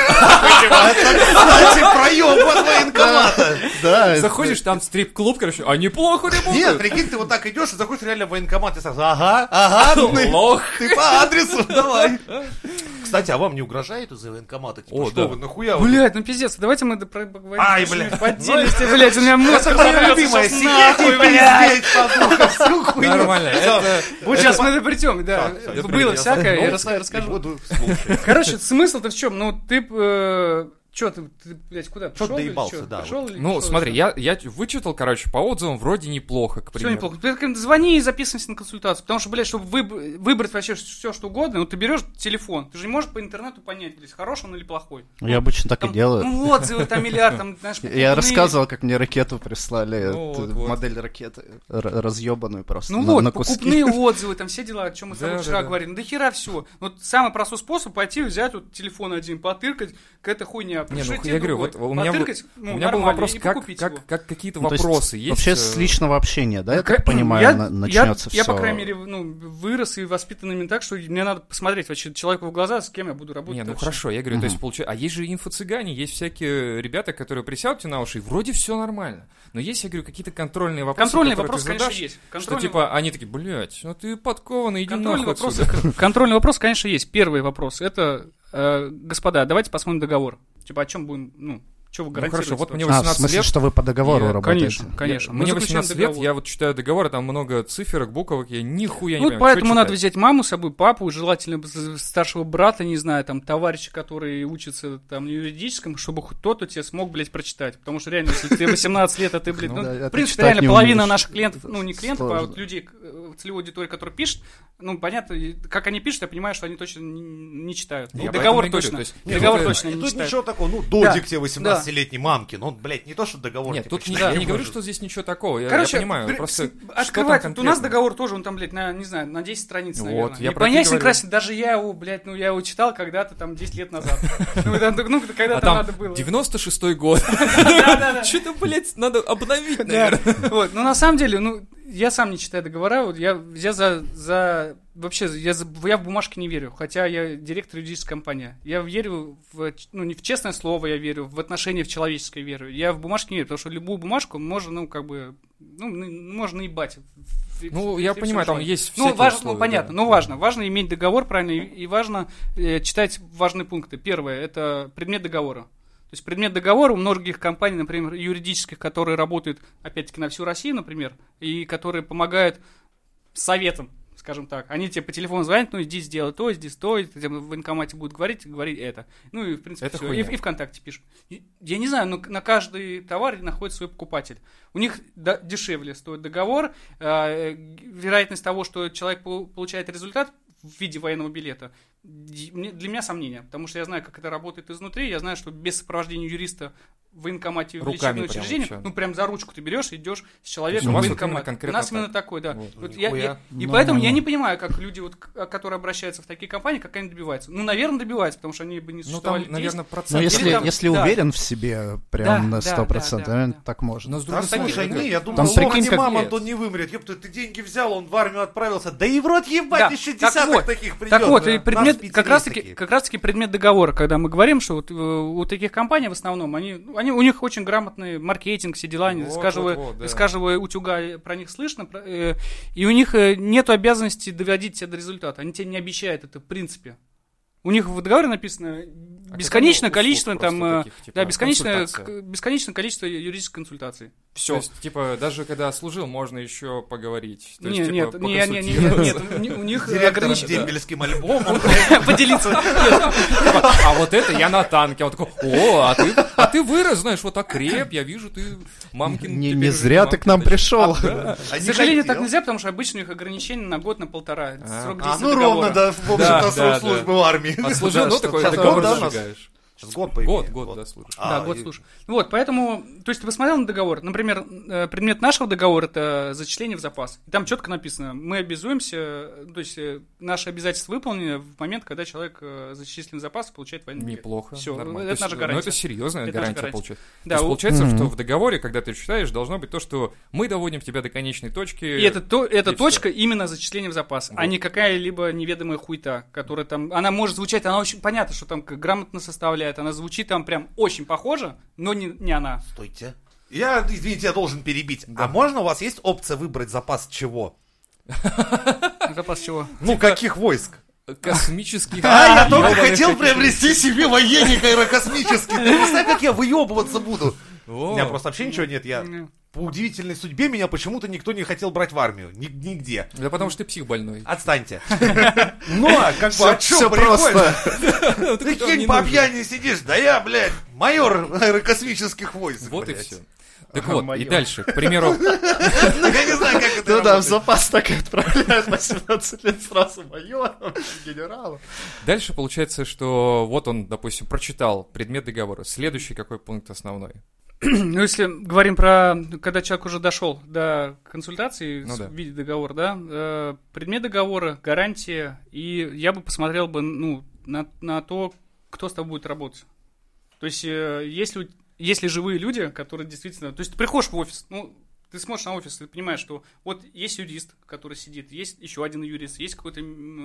[SPEAKER 2] Кстати, проеб от военкомата.
[SPEAKER 4] Да.
[SPEAKER 1] Заходишь, там стрип-клуб, короче, а неплохо работает.
[SPEAKER 2] Нет, прикинь, ты вот так идешь и заходишь реально в военкомат и сразу, ага,
[SPEAKER 1] лох.
[SPEAKER 2] ты по адресу, давай. Кстати, а вам не угрожает из-за военкомата? Типа, что вы, нахуя?
[SPEAKER 3] Блядь, ну пиздец, давайте мы поговорим.
[SPEAKER 2] Ай, блядь.
[SPEAKER 3] По отдельности, блядь, у меня мозг
[SPEAKER 2] Любимая, сидеть и пиздеть, подуха, всю хуйню.
[SPEAKER 1] Нормально.
[SPEAKER 3] Вот сейчас мы допридем, да. Было всякое, я расскажу.
[SPEAKER 2] Буду слушать.
[SPEAKER 3] Короче, смысл-то в чем? Ну, ты... Чё ты, блядь, куда?
[SPEAKER 2] Чё
[SPEAKER 3] Пошёл
[SPEAKER 2] доебался,
[SPEAKER 3] или чё?
[SPEAKER 2] да.
[SPEAKER 3] Пошёл или
[SPEAKER 1] Ну,
[SPEAKER 3] пошёл,
[SPEAKER 1] смотри,
[SPEAKER 3] чё?
[SPEAKER 1] я вычитал, короче, по отзывам вроде неплохо, к
[SPEAKER 3] Всё
[SPEAKER 1] примеру.
[SPEAKER 3] неплохо. Ты звони и записывайся на консультацию. Потому что, блядь, чтобы выбрать вообще все, что угодно, ну ты берешь телефон. Ты же не можешь по интернету понять, блядь, хороший он или плохой.
[SPEAKER 4] Я обычно так и делаю.
[SPEAKER 3] Ну, отзывы там миллиард, там, знаешь,
[SPEAKER 4] Я рассказывал, как мне ракету прислали,
[SPEAKER 1] Ну, вот.
[SPEAKER 4] модель ракеты, разъебанную просто.
[SPEAKER 3] Ну
[SPEAKER 4] на
[SPEAKER 3] вот,
[SPEAKER 4] куски.
[SPEAKER 3] покупные отзывы, там все дела, о чем мы с тобой
[SPEAKER 1] Да,
[SPEAKER 3] вчера
[SPEAKER 1] да.
[SPEAKER 3] говорили. Ну, до хера все. Вот самый простой способ пойти, взять вот телефон один, потыркать, какая-то хуйня.
[SPEAKER 1] Не, ну
[SPEAKER 3] пришить
[SPEAKER 1] я говорю,
[SPEAKER 3] другой.
[SPEAKER 1] вот у меня
[SPEAKER 3] Потыркать,
[SPEAKER 1] у меня был
[SPEAKER 3] нормально,
[SPEAKER 1] вопрос,
[SPEAKER 3] и
[SPEAKER 1] как
[SPEAKER 3] покупить его.
[SPEAKER 1] какие-то
[SPEAKER 4] Ну, то есть
[SPEAKER 1] вопросы есть?
[SPEAKER 4] Вообще с личного общения, да, я так
[SPEAKER 3] Я-
[SPEAKER 4] понимаю, начнется все.
[SPEAKER 3] Я, по крайней мере, вырос и воспитан именно так, что мне надо посмотреть вообще человеку в глаза, с кем я буду работать.
[SPEAKER 1] Не, ну
[SPEAKER 3] вообще.
[SPEAKER 1] хорошо, я говорю, то есть получается, а есть же инфо-цыгане, есть всякие ребята, которые присядут тебе на уши, и вроде все нормально. Но есть, я говорю, какие-то контрольные вопросы,
[SPEAKER 3] Контрольный
[SPEAKER 1] которые
[SPEAKER 3] вопрос,
[SPEAKER 1] ты
[SPEAKER 3] конечно,
[SPEAKER 1] задашь,
[SPEAKER 3] есть.
[SPEAKER 1] что
[SPEAKER 3] Контрольный
[SPEAKER 1] типа они такие, блядь, ну ты подкованный, иди
[SPEAKER 3] Контрольный
[SPEAKER 1] нахуй
[SPEAKER 3] вопрос,
[SPEAKER 1] отсюда.
[SPEAKER 3] контрольный вопрос, конечно, есть. Первый вопрос, это, господа, давайте посмотрим договор. Типа, о чем будем, что вы
[SPEAKER 1] Ну
[SPEAKER 3] гарантируете?
[SPEAKER 1] хорошо, вот мне
[SPEAKER 3] вообще?
[SPEAKER 1] 18
[SPEAKER 4] в смысле,
[SPEAKER 1] лет.
[SPEAKER 4] что вы по договору
[SPEAKER 1] Я-
[SPEAKER 4] работаете?
[SPEAKER 3] Конечно. Мы
[SPEAKER 1] Мне
[SPEAKER 3] заключаем
[SPEAKER 1] 18 лет,
[SPEAKER 3] договор.
[SPEAKER 1] я вот читаю договор, там много циферок, буквок, я нихуя не
[SPEAKER 3] Ну,
[SPEAKER 1] понимаю.
[SPEAKER 3] поэтому
[SPEAKER 1] что
[SPEAKER 3] надо
[SPEAKER 1] читать.
[SPEAKER 3] взять маму с собой, папу, желательно старшего брата, не знаю, там, товарища, который учится там на юридическом, чтобы хоть кто-то тебе смог, блядь, прочитать. Потому что реально, если тебе 18 лет, а ты, блядь,
[SPEAKER 4] Ну да, а
[SPEAKER 3] в
[SPEAKER 4] ты
[SPEAKER 3] принципе,
[SPEAKER 4] читать
[SPEAKER 3] реально
[SPEAKER 4] не
[SPEAKER 3] половина
[SPEAKER 4] умеешь.
[SPEAKER 3] наших клиентов, ну, не клиентов, а
[SPEAKER 4] Сложно.
[SPEAKER 3] вот людей, целевой аудитории, которые пишут, ну, понятно, как они пишут, я понимаю, что они точно не читают.
[SPEAKER 1] Я
[SPEAKER 3] Договор
[SPEAKER 1] поэтому и говорю,
[SPEAKER 3] точно.
[SPEAKER 1] то есть,
[SPEAKER 3] Договор
[SPEAKER 1] нет,
[SPEAKER 3] точно
[SPEAKER 2] И
[SPEAKER 3] не
[SPEAKER 2] тут
[SPEAKER 3] читают.
[SPEAKER 2] ничего такого, додик
[SPEAKER 3] Да.
[SPEAKER 2] тебе 18-летней мамки, ну, блядь, не то, что договор.
[SPEAKER 1] Нет,
[SPEAKER 2] типа,
[SPEAKER 1] тут
[SPEAKER 2] читать
[SPEAKER 1] я не говорю,
[SPEAKER 2] можешь.
[SPEAKER 1] что здесь ничего такого, я
[SPEAKER 3] Короче,
[SPEAKER 1] понимаю, просто
[SPEAKER 3] открывать,
[SPEAKER 1] что
[SPEAKER 3] вот
[SPEAKER 1] там
[SPEAKER 3] у нас
[SPEAKER 1] конкретно?
[SPEAKER 3] договор тоже, он там, блядь, не знаю, на 10 страниц,
[SPEAKER 1] Вот,
[SPEAKER 3] наверное.
[SPEAKER 1] я
[SPEAKER 3] И
[SPEAKER 1] про это
[SPEAKER 3] понятен
[SPEAKER 1] говорю.
[SPEAKER 3] красен, даже я его, блядь, я его читал когда-то, там, 10 лет назад. Когда
[SPEAKER 1] А
[SPEAKER 3] там
[SPEAKER 1] там
[SPEAKER 3] надо было.
[SPEAKER 1] 96-й год.
[SPEAKER 3] Да-да-да.
[SPEAKER 1] Что-то, блядь, надо обновить,
[SPEAKER 3] Да.
[SPEAKER 1] наверное.
[SPEAKER 3] Вот, но на самом деле, я сам не читаю договора, вот я вообще, я в бумажки не верю, хотя я директор юридической компании. Я верю не в честное слово я верю, в отношения в человеческое верю. Я в бумажки не верю, потому что любую бумажку можно, можно наебать.
[SPEAKER 1] Ну, я понимаю, там есть всякие
[SPEAKER 3] важно,
[SPEAKER 1] условия,
[SPEAKER 3] понятно,
[SPEAKER 1] да.
[SPEAKER 3] но важно иметь договор правильно, и важно читать важные пункты. Первое, это предмет договора. То есть предмет договора у многих компаний, например, юридических, которые работают, опять-таки, на всю Россию, например, и которые помогают советам, скажем так. Они тебе по телефону звонят, иди сделай то, здесь то, и тебе в военкомате будут говорить это. Ну и, в принципе,
[SPEAKER 1] Это
[SPEAKER 3] все.
[SPEAKER 1] хуйня.
[SPEAKER 3] И ВКонтакте пишут. Я не знаю, но на каждый товар находится свой покупатель. У них дешевле стоит договор. Вероятность того, что человек получает результат в виде военного билета, для меня сомнение, потому что я знаю, как это работает изнутри, я знаю, что без сопровождения юриста в военкомате в
[SPEAKER 1] Руками
[SPEAKER 3] лечебное
[SPEAKER 1] прям
[SPEAKER 3] учреждение,
[SPEAKER 1] вообще.
[SPEAKER 3] прям за ручку ты берешь, идешь с человеком
[SPEAKER 1] у
[SPEAKER 3] в
[SPEAKER 1] вас вот
[SPEAKER 3] военкомат.
[SPEAKER 1] именно
[SPEAKER 3] У
[SPEAKER 1] конкретно
[SPEAKER 3] нас именно
[SPEAKER 1] так.
[SPEAKER 3] такой, да.
[SPEAKER 1] Вот.
[SPEAKER 3] Вот
[SPEAKER 2] Нихуя.
[SPEAKER 3] и поэтому я не понимаю, как люди, которые обращаются в такие компании, как они добиваются. Наверное, добиваются, потому что они бы не
[SPEAKER 1] Ну,
[SPEAKER 3] существовали.
[SPEAKER 1] там, наверное, процент.
[SPEAKER 4] Ну,
[SPEAKER 3] Или там-
[SPEAKER 4] если
[SPEAKER 3] да.
[SPEAKER 4] уверен в себе прям
[SPEAKER 3] Да,
[SPEAKER 4] на
[SPEAKER 3] да,
[SPEAKER 4] 100%,
[SPEAKER 3] да,
[SPEAKER 4] наверное,
[SPEAKER 3] да.
[SPEAKER 4] так можно.
[SPEAKER 1] Но с
[SPEAKER 2] Да,
[SPEAKER 1] другой стороны,
[SPEAKER 2] слушай,
[SPEAKER 1] я говорю,
[SPEAKER 2] я думал,
[SPEAKER 4] Там
[SPEAKER 2] что
[SPEAKER 4] прикинь,
[SPEAKER 2] не
[SPEAKER 4] как
[SPEAKER 2] мама,
[SPEAKER 1] нет.
[SPEAKER 2] Антон не вымрет. Ёпта, ты деньги взял, он в армию отправился. Да и в рот ебать,
[SPEAKER 3] Да.
[SPEAKER 2] еще
[SPEAKER 3] Так
[SPEAKER 2] десяток
[SPEAKER 3] вот,
[SPEAKER 2] таких придет.
[SPEAKER 3] Так вот,
[SPEAKER 2] да.
[SPEAKER 3] и
[SPEAKER 2] Нас
[SPEAKER 3] предмет,
[SPEAKER 2] в Питере
[SPEAKER 3] как
[SPEAKER 2] есть такие.
[SPEAKER 3] раз таки предмет договора, когда мы говорим, что вот у таких компаний в основном, у них очень грамотный маркетинг, все дела,
[SPEAKER 1] Вот,
[SPEAKER 3] с каждого
[SPEAKER 1] вот, да.
[SPEAKER 3] с каждого утюга про них слышно, и у них нет обязанности доводить тебя до результата, они тебе не обещают это в принципе. У них в договоре написано бесконечное
[SPEAKER 1] услуг
[SPEAKER 3] количество
[SPEAKER 1] просто
[SPEAKER 3] там,
[SPEAKER 1] таких, типа,
[SPEAKER 3] да, бесконечное
[SPEAKER 1] консультация.
[SPEAKER 3] количество юридических консультаций.
[SPEAKER 1] То
[SPEAKER 3] Все.
[SPEAKER 1] есть, типа, даже когда служил, можно еще поговорить. То есть,
[SPEAKER 3] Нет,
[SPEAKER 1] типа,
[SPEAKER 3] нет, у них
[SPEAKER 2] Директором
[SPEAKER 3] ограничено.
[SPEAKER 2] дембельским альбомом.
[SPEAKER 3] Поделиться.
[SPEAKER 1] А вот это я на танке. Он такой, а ты вырос, знаешь, вот окреп, я вижу, ты мамкин.
[SPEAKER 4] Не
[SPEAKER 1] теперь
[SPEAKER 4] зря
[SPEAKER 1] уже
[SPEAKER 4] ты к нам
[SPEAKER 1] мамкин,
[SPEAKER 4] пришел.
[SPEAKER 2] А
[SPEAKER 3] К
[SPEAKER 2] не
[SPEAKER 3] сожалению, так
[SPEAKER 2] хотел.
[SPEAKER 3] нельзя, потому что обычно у них ограничения на год, на полтора. Срок
[SPEAKER 2] А,
[SPEAKER 3] действия
[SPEAKER 2] ну
[SPEAKER 3] договора.
[SPEAKER 2] ровно, да, в общем-то,
[SPEAKER 1] Да,
[SPEAKER 2] срок
[SPEAKER 1] да,
[SPEAKER 2] службы в армии.
[SPEAKER 1] Отслужил,
[SPEAKER 2] Да,
[SPEAKER 1] ну
[SPEAKER 2] что
[SPEAKER 1] такой
[SPEAKER 2] сейчас
[SPEAKER 1] договор
[SPEAKER 2] да, у нас
[SPEAKER 1] зажигаешь.
[SPEAKER 2] Сейчас год появился.
[SPEAKER 1] Год, да, служишь.
[SPEAKER 3] Год служишь. Вот, поэтому, то есть ты посмотрел на договор, например, предмет нашего договора — это зачисление в запас. И там четко написано, мы обязуемся, то есть наши обязательства выполнены в момент, когда человек зачислен в запас и получает военный билет.
[SPEAKER 1] Неплохо.
[SPEAKER 3] Все,
[SPEAKER 1] нормально.
[SPEAKER 3] это наша гарантия.
[SPEAKER 1] Ну, это серьезная гарантия получается.
[SPEAKER 3] Да,
[SPEAKER 1] то есть получается, что в договоре, когда ты читаешь, должно быть то, что мы доводим тебя до конечной точки.
[SPEAKER 3] И это точка именно зачисления в запас, а не какая-либо неведомая хуйта, которая там, она может звучать, она очень понятно, что там грамотно составляет, она звучит там прям очень похоже, но не она.
[SPEAKER 2] Стойте. Извините, я должен перебить. Да. А можно у вас есть опция выбрать запас чего?
[SPEAKER 3] Запас чего?
[SPEAKER 2] Ну, каких войск?
[SPEAKER 1] Космических.
[SPEAKER 2] Я только хотел приобрести себе военник аэрокосмический. Ты представь, как я выебываться буду. У меня просто вообще ничего нет. Я по удивительной судьбе меня почему-то никто не хотел брать в армию. Нигде.
[SPEAKER 1] Да потому что ты псих больной.
[SPEAKER 2] Отстаньте. Ну, а как бы, а чё прикольно? Ты каким по пьяни сидишь? Да я, блядь, майор аэрокосмических войск.
[SPEAKER 1] Вот и все. Так вот, и дальше, к примеру...
[SPEAKER 2] Я не знаю, как это
[SPEAKER 4] работает. Ну да, в запас так и отправляют на 17 лет сразу майором, генералом.
[SPEAKER 1] Дальше получается, что вот он, допустим, прочитал предмет договора. Следующий какой пункт основной?
[SPEAKER 3] Ну, если говорим про, когда человек уже дошел до консультации в виде договора, да, предмет договора, гарантия, и я бы посмотрел бы, на то, кто с тобой будет работать. То есть, если живые люди, которые действительно... То есть, ты приходишь в офис, ты смотришь на офис, ты понимаешь, что вот есть юрист, который сидит, есть еще один юрист, есть какой-то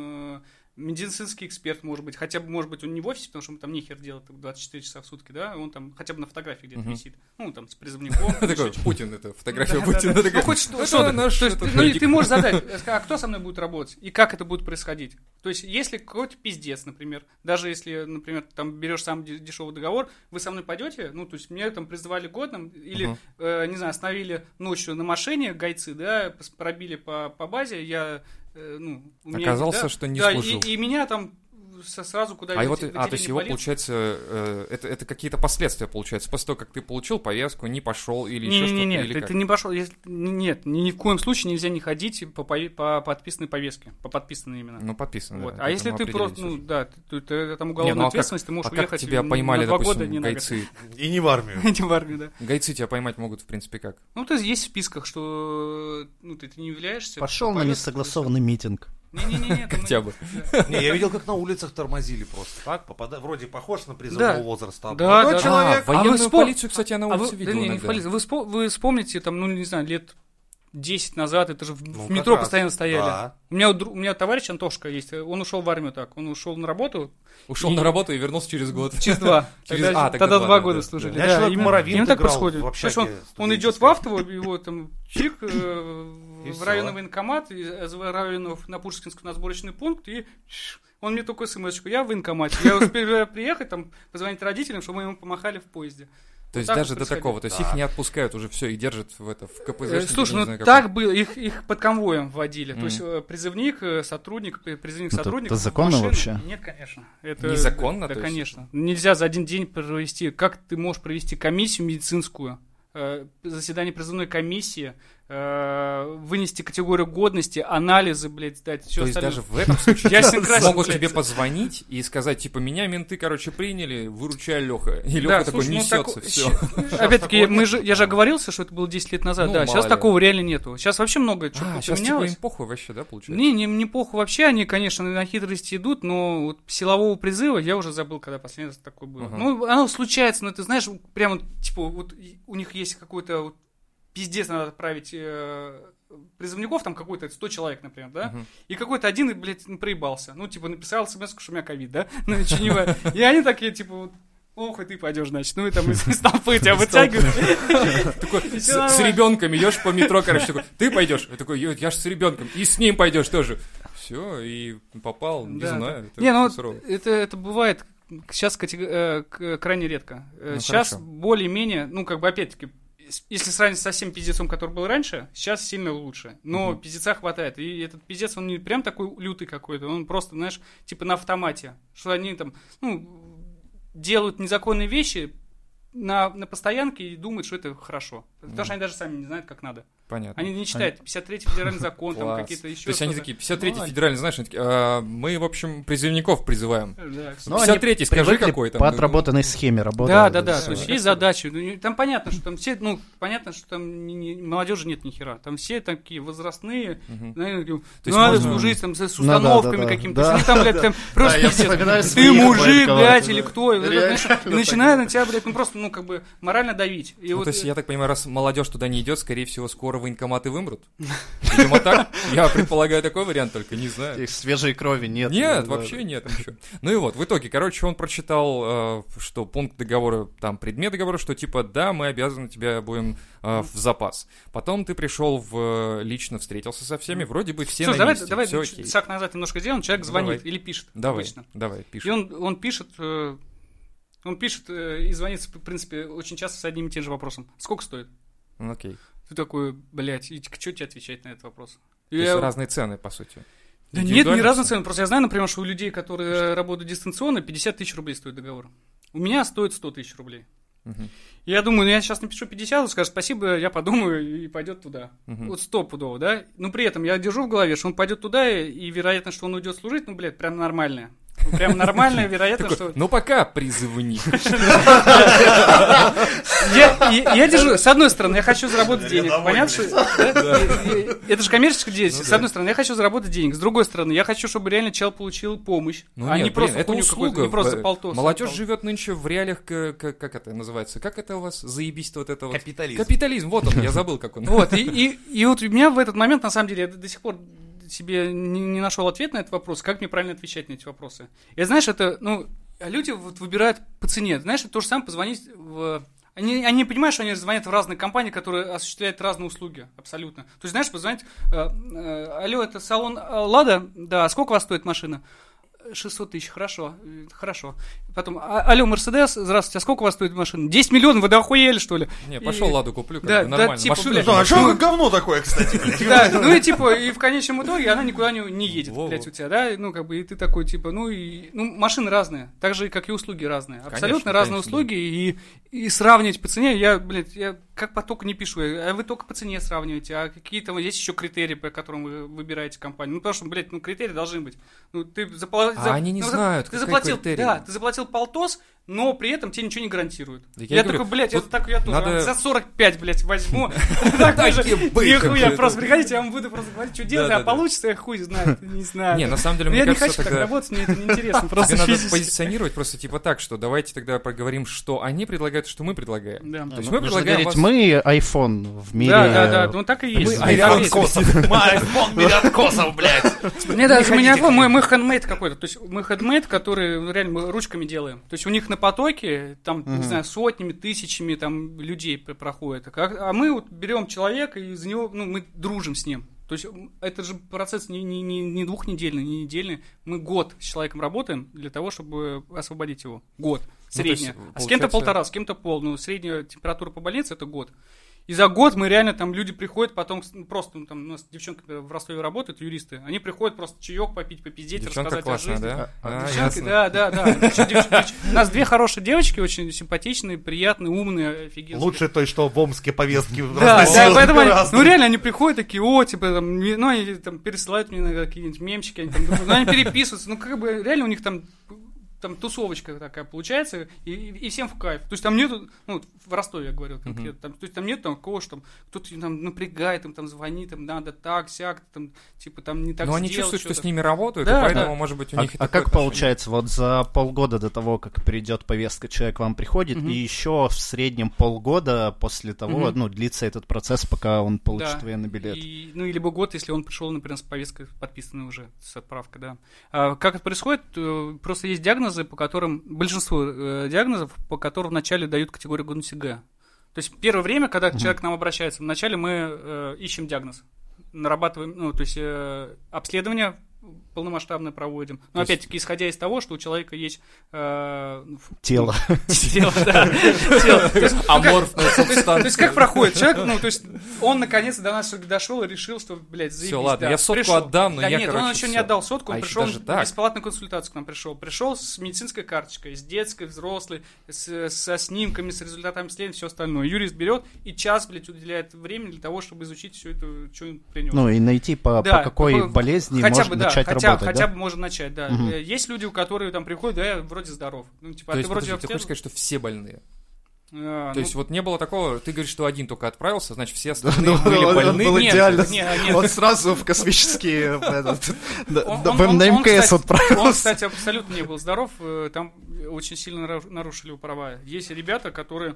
[SPEAKER 3] медицинский эксперт, может быть, хотя бы, может быть, он не в офисе, потому что ему там нехер делать 24 часа в сутки, да, он там хотя бы на фотографии где-то висит, там, с призывником.
[SPEAKER 1] Такой, Путин, это фотография Путина. Ну,
[SPEAKER 3] хоть что-то. Ты можешь задать, а кто со мной будет работать, и как это будет происходить. То есть, если какой-то пиздец, например, даже если, например, там берешь самый дешевый договор, вы со мной пойдете, то есть, меня там призывали годным, или, не знаю, остановили ночью на машине гайцы, да, пробили по базе, я...
[SPEAKER 1] Оказался, что не служил.
[SPEAKER 3] И меня там сразу куда-нибудь...
[SPEAKER 1] То есть его, получается, это какие-то последствия, получается, после того, как ты получил повестку, не пошел или еще что-то?
[SPEAKER 3] Нет, ты не пошел, нет, ни в коем случае нельзя не ходить по подписанной повестке, по подписанной именно.
[SPEAKER 1] Ну, подписанной,
[SPEAKER 3] вот. А если ты просто, ты там уголовная ответственность, ты можешь уехать
[SPEAKER 1] как тебя поймали,
[SPEAKER 3] на 2 года,
[SPEAKER 1] допустим, гайцы?
[SPEAKER 2] И не в армию.
[SPEAKER 3] Не в армию, да.
[SPEAKER 1] Гайцы тебя поймать могут, в принципе, как?
[SPEAKER 3] То есть есть в списках, что ты не являешься...
[SPEAKER 4] Пошел на несогласованный митинг.
[SPEAKER 3] Не-не-не.
[SPEAKER 1] Хотя бы.
[SPEAKER 2] Не, я видел, как на улицах тормозили просто так, вроде похож на призывного возраста.
[SPEAKER 3] Да,
[SPEAKER 2] человек.
[SPEAKER 1] Военную полицию, кстати, я на улице видел иногда.
[SPEAKER 3] Вы вспомните, там, не знаю, лет 10 назад, это же в метро постоянно стояли.
[SPEAKER 2] Да.
[SPEAKER 3] У меня товарищ Антошка есть, он ушел в армию так, он ушел на работу.
[SPEAKER 1] Ушел на работу и вернулся через год.
[SPEAKER 3] Через 2. Тогда 2 года служили.
[SPEAKER 2] Я человек Моровинт
[SPEAKER 3] так
[SPEAKER 2] играл
[SPEAKER 3] происходит.
[SPEAKER 2] в общаге.
[SPEAKER 3] Он идет в Автово, его там чик в районный военкомат, из районов на Пушкинский на сборочный пункт, и он мне такой смс-очку, я в военкомате. Я успел приехать, там, позвонить родителям, чтобы мы ему помахали в поезде.
[SPEAKER 1] То есть даже до такого, то есть их не отпускают уже все, их держат в КПЗ.
[SPEAKER 3] Слушай, так было, их под конвоем вводили. То есть призывник, сотрудник.
[SPEAKER 4] Это законно вообще?
[SPEAKER 3] Нет, конечно.
[SPEAKER 1] Незаконно?
[SPEAKER 3] Да, конечно. Нельзя за один день провести. Как ты можешь провести комиссию медицинскую, заседание призывной комиссии, вынести категорию годности, анализы, сдать, все
[SPEAKER 1] остальное. То есть даже в этом случае могут тебе позвонить и сказать, типа, меня менты, приняли, выручай, Леха. И Леха такой несется, все.
[SPEAKER 3] Опять-таки, я же оговорился, что это было 10 лет назад, да, сейчас такого реально нету. Сейчас вообще много чего поменялось.
[SPEAKER 1] Сейчас типа им похуй вообще, да, получается?
[SPEAKER 3] Не похуй вообще, они, конечно, на хитрости идут, но вот силового призыва я уже забыл, когда последний раз такое было. Оно случается, но ты знаешь, прямо, типа, вот у них есть какой-то пиздец, надо отправить призывников, там какой-то 100 человек, например, да, и какой-то один, блядь, проебался. Написал смс-ку, что у меня ковид, да, и они такие, типа, ох, и ты пойдешь, значит, и там из толпы тебя вытягивают.
[SPEAKER 1] С ребенком идешь по метро, такой, ты пойдешь? Я такой, я ж с ребенком, и с ним пойдешь тоже. Все, и попал, не знаю.
[SPEAKER 3] Это бывает сейчас крайне редко. Сейчас более-менее, опять-таки, если сравнить со всем пиздецом, который был раньше, сейчас сильно лучше. Но пиздеца хватает. И этот пиздец, он не прям такой лютый какой-то, он просто, знаешь, типа на автомате. Что они там, делают незаконные вещи на постоянке и думают, что это хорошо. Потому что они даже сами не знают, как надо.
[SPEAKER 1] Понятно.
[SPEAKER 3] Они не читают 53-й федеральный закон, там какие-то еще.
[SPEAKER 1] То есть они такие, 53-й федеральный, знаешь, они такие, мы, в общем, призывников призываем.
[SPEAKER 3] Да.
[SPEAKER 1] 53-й, скажи, какой там.
[SPEAKER 4] По отработанной схеме работают.
[SPEAKER 3] Да. То есть есть задачи. Там понятно, что там все, понятно, что там молодежи нет ни хера. Там все такие возрастные, надо служить там с установками какими-то. То есть они там, блядь, там просто ты мужик, блядь, или кто. И начинают на тебя, блядь, просто, морально давить.
[SPEAKER 1] То есть, я так понимаю, раз молодежь туда не идет, скорее всего, скоро военкоматы вымрут. Видимо, так. Я предполагаю такой вариант, только не знаю.
[SPEAKER 4] Их свежей крови нет.
[SPEAKER 1] Нет, вообще нет ничего. Ну и вот, в итоге, он прочитал, что пункт договора, там, предмет договора, что типа, да, мы обязаны тебя будем в запас. Потом ты пришел лично встретился со всеми, вроде бы все на месте.
[SPEAKER 3] Давай шаг назад немножко сделаем. Человек звонит или пишет.
[SPEAKER 1] Давай,
[SPEAKER 3] пишет. И он пишет... Он пишет и звонит, в принципе, очень часто с одним и тем же вопросом. Сколько стоит?
[SPEAKER 1] Окей.
[SPEAKER 3] Ты такой, блядь, и что тебе отвечать на этот вопрос?
[SPEAKER 1] То есть разные цены, по сути.
[SPEAKER 3] Да нет, не разные цены. Просто я знаю, например, что у людей, которые работают дистанционно, 50 тысяч рублей стоит договор. У меня стоит 100 тысяч рублей. И я думаю, я сейчас напишу 50, он скажет спасибо, я подумаю и пойдет туда. Вот стопудово, да? Но при этом я держу в голове, что он пойдет туда, и вероятно, что он уйдет служить, прям нормальная. Прям нормально, вероятно, что...
[SPEAKER 1] Ну, пока призывник.
[SPEAKER 3] Я держу, с одной стороны, я хочу заработать денег. Понятно, что... Это же коммерческая деятельность. С одной стороны, я хочу заработать денег. С другой стороны, я хочу, чтобы реально чел получил помощь. А не просто
[SPEAKER 1] это услуга.
[SPEAKER 3] Не просто полтос.
[SPEAKER 1] Молодежь живет нынче в реалиях, как это называется? Как это у вас заебись вот это вот?
[SPEAKER 2] Капитализм.
[SPEAKER 1] Капитализм, вот он, я забыл, как он.
[SPEAKER 3] Вот, и вот у меня в этот момент, на самом деле, я до сих пор себе не нашел ответ на этот вопрос, как мне правильно отвечать на эти вопросы. И знаешь, это, люди вот выбирают по цене. Знаешь, это то же самое позвонить в... Они не понимают, что они звонят в разные компании, которые осуществляют разные услуги, абсолютно. То есть, знаешь, позвонить, алло, это салон «Лада», да, а сколько у вас стоит машина? 600 тысяч, хорошо. Потом, алло, Мерседес, здравствуйте, а сколько у вас стоит машина? 10 миллионов, вы охуели, что ли?
[SPEAKER 1] Не, пошел Ладу куплю, нормально.
[SPEAKER 3] Типа,
[SPEAKER 1] машина.
[SPEAKER 2] А что говно такое, кстати, блядь?
[SPEAKER 3] Да, и в конечном итоге она никуда не едет, блядь, у тебя, да? И ты такой, типа, машины разные, так же, как и услуги разные. Абсолютно разные услуги, и сравнивать по цене, я как поток не пишу, а вы только по цене сравниваете, а какие-то есть еще критерии, по которым вы выбираете компанию. Потому что, блядь, критерии должны быть.
[SPEAKER 1] Они не знают,
[SPEAKER 3] ты заплатил, да, ты заплатил полтос, но при этом тебе ничего не гарантируют. Я такой, блядь, это так я тоже за 45, блядь, возьму. Нихуя, просто приходите, я вам буду просто говорить, что делать, а получится, я хуй знаю, не знаю.
[SPEAKER 1] Не, на самом деле, мне
[SPEAKER 3] кажется,
[SPEAKER 1] я не хочу
[SPEAKER 3] так работать, мне это неинтересно.
[SPEAKER 1] Тебе надо позиционировать просто типа так, что давайте тогда проговорим, что они предлагают, что мы предлагаем. То есть мы предлагаем...
[SPEAKER 4] Мы iPhone в мире...
[SPEAKER 3] Да, ну так и есть.
[SPEAKER 2] Мы iPhone мире откосов, блядь.
[SPEAKER 3] Нет, даже мы не iPhone, мы handmade какой-то. То есть мы handmade, который реально мы ручками делаем. То есть у них на потоке, там, не знаю, сотнями, тысячами там людей проходит. А мы вот берем человека, и за него, мы дружим с ним. То есть это же процесс не двухнедельный, не недельный. Мы год с человеком работаем для того, чтобы освободить его. Год. Средняя. А с кем-то 1,5, с кем-то пол. Средняя температура по больнице — это год. И за год мы реально, там люди приходят, потом просто, там у нас девчонки в Ростове работают, юристы, они приходят просто чаек попить, попиздеть,
[SPEAKER 1] девчонка
[SPEAKER 3] рассказать
[SPEAKER 1] классная,
[SPEAKER 3] о жизни. Девчонки, да. У нас две хорошие девочки, очень симпатичные, приятные, умные, офигенные.
[SPEAKER 2] Лучше той, что в Омске повестки
[SPEAKER 3] разносила. Да, поэтому реально они приходят такие, они там пересылают мне какие-нибудь мемчики, они переписываются, реально у них там тусовочка такая получается, и всем в кайф. То есть там нету, в Ростове я говорю конкретно, то есть там нет такого, что кто-то там напрягает, там звонит, там надо так, сяк, там типа там не так сделать.
[SPEAKER 1] Но они чувствуют, что с ними работают, и поэтому, может быть, у них и такое
[SPEAKER 4] как получается, вот за полгода до того, как придет повестка, человек к вам приходит, и еще в среднем полгода после того, длится этот процесс, пока он получит военный билет.
[SPEAKER 3] Либо год, если он пришел, например, с повесткой подписанной уже, с отправкой, да. Как это происходит? Просто есть диагноз, по которым, большинство диагнозов, по которым вначале дают категорию годности Г. То есть первое время, когда человек к нам обращается, вначале мы ищем диагноз, нарабатываем, то есть обследование полномасштабно проводим. Но опять-таки, исходя из того, что у человека есть...
[SPEAKER 4] Тело.
[SPEAKER 3] Тело, да.
[SPEAKER 1] Аморфная субстанция.
[SPEAKER 3] То есть как проходит человек, ну, то есть он наконец-то до нас дошел и решил, что, блядь, заебись.
[SPEAKER 1] Все, ладно, я сотку отдам, но я,
[SPEAKER 3] нет,
[SPEAKER 1] короче,
[SPEAKER 3] он еще не
[SPEAKER 1] всё.
[SPEAKER 3] отдал сотку, он пришел
[SPEAKER 1] так.
[SPEAKER 3] бесплатную консультацию к нам пришел. Пришел с медицинской карточкой, с детской, взрослой, со снимками, с результатами исследований, все остальное. Юрист берет и час, блядь, уделяет времени для того, чтобы изучить все это, что он принес.
[SPEAKER 4] Ну, и найти, по какой болезни можно начать работать,
[SPEAKER 3] хотя бы можно начать, да. Есть люди, у которых там приходят, да, я вроде здоров. Ну, типа,
[SPEAKER 1] То есть, ты хочешь сказать, что все больные? То есть вот не было такого, ты говоришь, что один только отправился, значит все остальные были больны.
[SPEAKER 4] Он был идеально.
[SPEAKER 3] Нет.
[SPEAKER 4] Он сразу в космические...
[SPEAKER 3] На
[SPEAKER 4] МКС отправился.
[SPEAKER 3] Он, кстати, абсолютно не был здоров, там очень сильно нарушили его права. Есть ребята, которым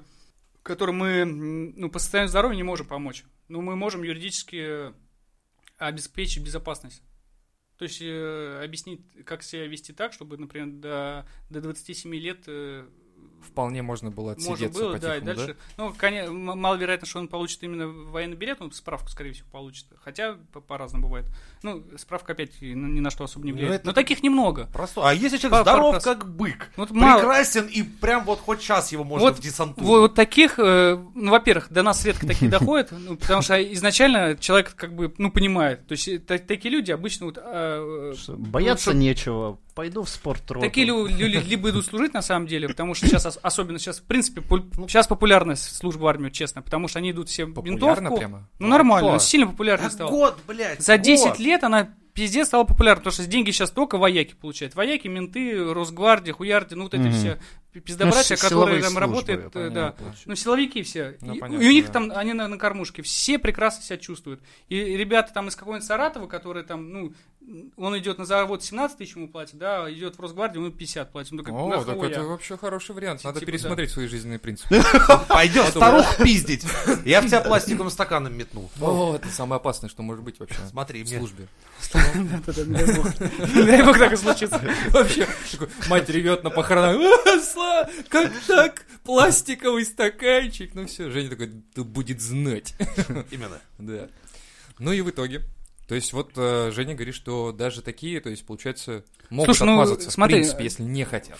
[SPEAKER 3] мы по состоянию здоровья не можем помочь, но мы можем юридически обеспечить безопасность. То есть объяснить, как себя вести так, чтобы, например, до 27 лет...
[SPEAKER 1] Вполне можно было отсидеться
[SPEAKER 3] было,
[SPEAKER 1] по-тихому,
[SPEAKER 3] да, и дальше. Ну, конечно, маловероятно, что он получит именно военный билет, он справку, скорее всего, получит. Хотя по-разному бывает. Ну, справка, опять, ни на что особо не влияет. Но таких немного.
[SPEAKER 2] Просто. А если человек здоров, как бык,
[SPEAKER 3] вот
[SPEAKER 2] прекрасен, и прям вот хоть час его можно в десантуру.
[SPEAKER 3] Вот таких, ну, во-первых, до нас редко такие доходят, потому что изначально человек, как бы, ну, понимает. То есть такие люди обычно...
[SPEAKER 4] Бояться нечего. Пойду в спортроту.
[SPEAKER 3] Такие люди либо идут служить, на самом деле, потому что сейчас, особенно сейчас, в принципе, сейчас популярна служба в армию, честно, потому что они идут все в винтовку.
[SPEAKER 1] Прямо?
[SPEAKER 3] Ну, нормально, сильно популярна стала.
[SPEAKER 2] Год, блядь,
[SPEAKER 3] За 10 лет она пиздец стала популярна, потому что деньги сейчас только вояки получают. Вояки, менты, Росгвардия, Хуярди, ну, вот эти все пиздобратья, которые там работают, да. Ну, силовики все.
[SPEAKER 1] Ну,
[SPEAKER 3] и
[SPEAKER 1] понятно,
[SPEAKER 3] у них там, они на кормушке, все прекрасно себя чувствуют. И ребята там из какого-нибудь Саратова, которые там, ну, он идет на завод, 17 тысяч ему платят, да, идет в Росгвардию, ему 50 платят. Ну,
[SPEAKER 1] О, так это вообще хороший вариант. Надо пересмотреть свои жизненные принципы.
[SPEAKER 2] Пойдем старух пиздить. Я в тебя пластиковым стаканом метнул.
[SPEAKER 1] О, это самое опасное, что может быть вообще.
[SPEAKER 2] Смотри,
[SPEAKER 1] в службе.
[SPEAKER 3] Дай бог так и случится.
[SPEAKER 1] Вообще, мать ревет на похоронах. Как так? Пластиковый стаканчик. Ну все, Женя такой, да будет знать.
[SPEAKER 2] Именно.
[SPEAKER 1] Да. Ну и в итоге. То есть вот Женя говорит, что даже такие, то есть, получается, могут отмазаться, в принципе, если не хотят.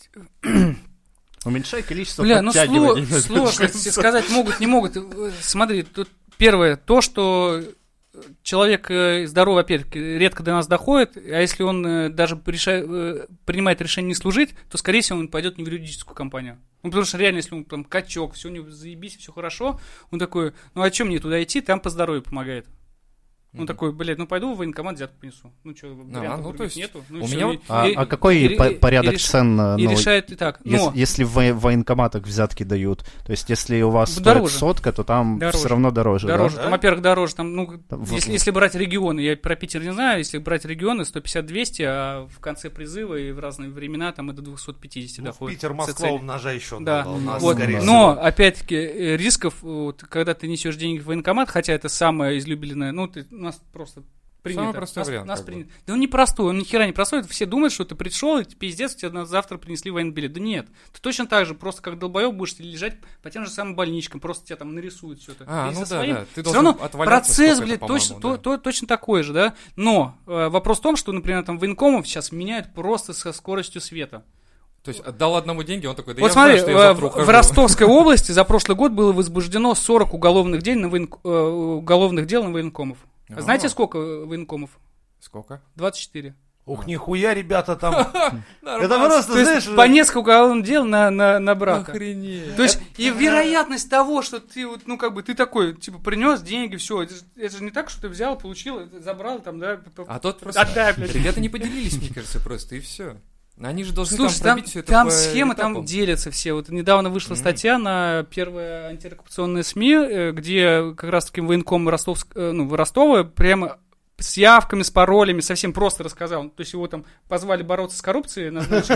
[SPEAKER 4] Уменьшай количество
[SPEAKER 3] подтягиваний. Сложно сказать, могут, не могут. Смотри, тут первое, то, что человек здоровый, опять редко до нас доходит, а если он даже принимает решение не служить, то, скорее всего, он пойдет не в юридическую компанию. Ну, потому что реально, если он там качок, все у него заебись, все хорошо, он такой, ну, а чем мне туда идти, там по здоровью помогает. Ну, такой, блядь, ну, пойду в военкомат, взятку принесу. Ну, что, вариантов других нету. Ну,
[SPEAKER 1] у меня вот...
[SPEAKER 4] А какой порядок цен?
[SPEAKER 3] И решает и так.
[SPEAKER 4] Если в военкоматах взятки дают, то есть, если у вас стоит сотка, то там все равно дороже.
[SPEAKER 3] Дороже, там, во-первых, дороже. Там, ну, если брать регионы, я про Питер не знаю, если брать регионы, 150-200, а в конце призыва и в разные времена там и до 250 доходит.
[SPEAKER 2] Питер, Москва умножай еще.
[SPEAKER 3] Да, но, опять-таки, рисков, когда ты несешь деньги в военкомат, хотя это самое излюбленное, ну, у нас просто принято.
[SPEAKER 1] Самый простой вариант.
[SPEAKER 3] Принято. Да он не простой, он ни хера не простой. Все думают, что ты пришел, и пиздец, тебе завтра принесли военный билет. Да нет. Ты точно так же, просто как долбоеб будешь лежать по тем же самым больничкам, просто тебя там нарисуют все это.
[SPEAKER 1] Ну да. Ты
[SPEAKER 3] все равно процесс, блядь, точно такой же, да. Но вопрос в том, что, например, там военкомов сейчас меняют просто со скоростью света.
[SPEAKER 1] То есть отдал одному деньги, он такой, да
[SPEAKER 3] вот
[SPEAKER 1] я
[SPEAKER 3] смотри,
[SPEAKER 1] знаю, что я завтра ухожу.
[SPEAKER 3] В Ростовской области за прошлый год было возбуждено 40 уголовных дел на военкомов. Знаете, сколько военкомов?
[SPEAKER 1] Сколько?
[SPEAKER 3] 24.
[SPEAKER 2] Ух, нихуя, ребята, там... Это просто, знаешь...
[SPEAKER 3] По несколько уголовных дел на брата.
[SPEAKER 1] Охренеть.
[SPEAKER 3] То есть, и вероятность того, что ты, ну, как бы, ты такой, типа, принес деньги, все. Это же не так, что ты взял, получил, забрал, там, да...
[SPEAKER 1] А тот просто...
[SPEAKER 3] Отдай, блядь.
[SPEAKER 1] Ребята не поделились, мне кажется, просто, и все. Они же должны
[SPEAKER 3] Слушай,
[SPEAKER 1] там пробить все это
[SPEAKER 3] там
[SPEAKER 1] по
[SPEAKER 3] схемы,
[SPEAKER 1] этапам.
[SPEAKER 3] там делятся все. Вот недавно вышла статья на первое антиоккупационное СМИ, где как раз-таки военком Ростова прямо с явками, с паролями, совсем просто рассказал. То есть его там позвали бороться с коррупцией.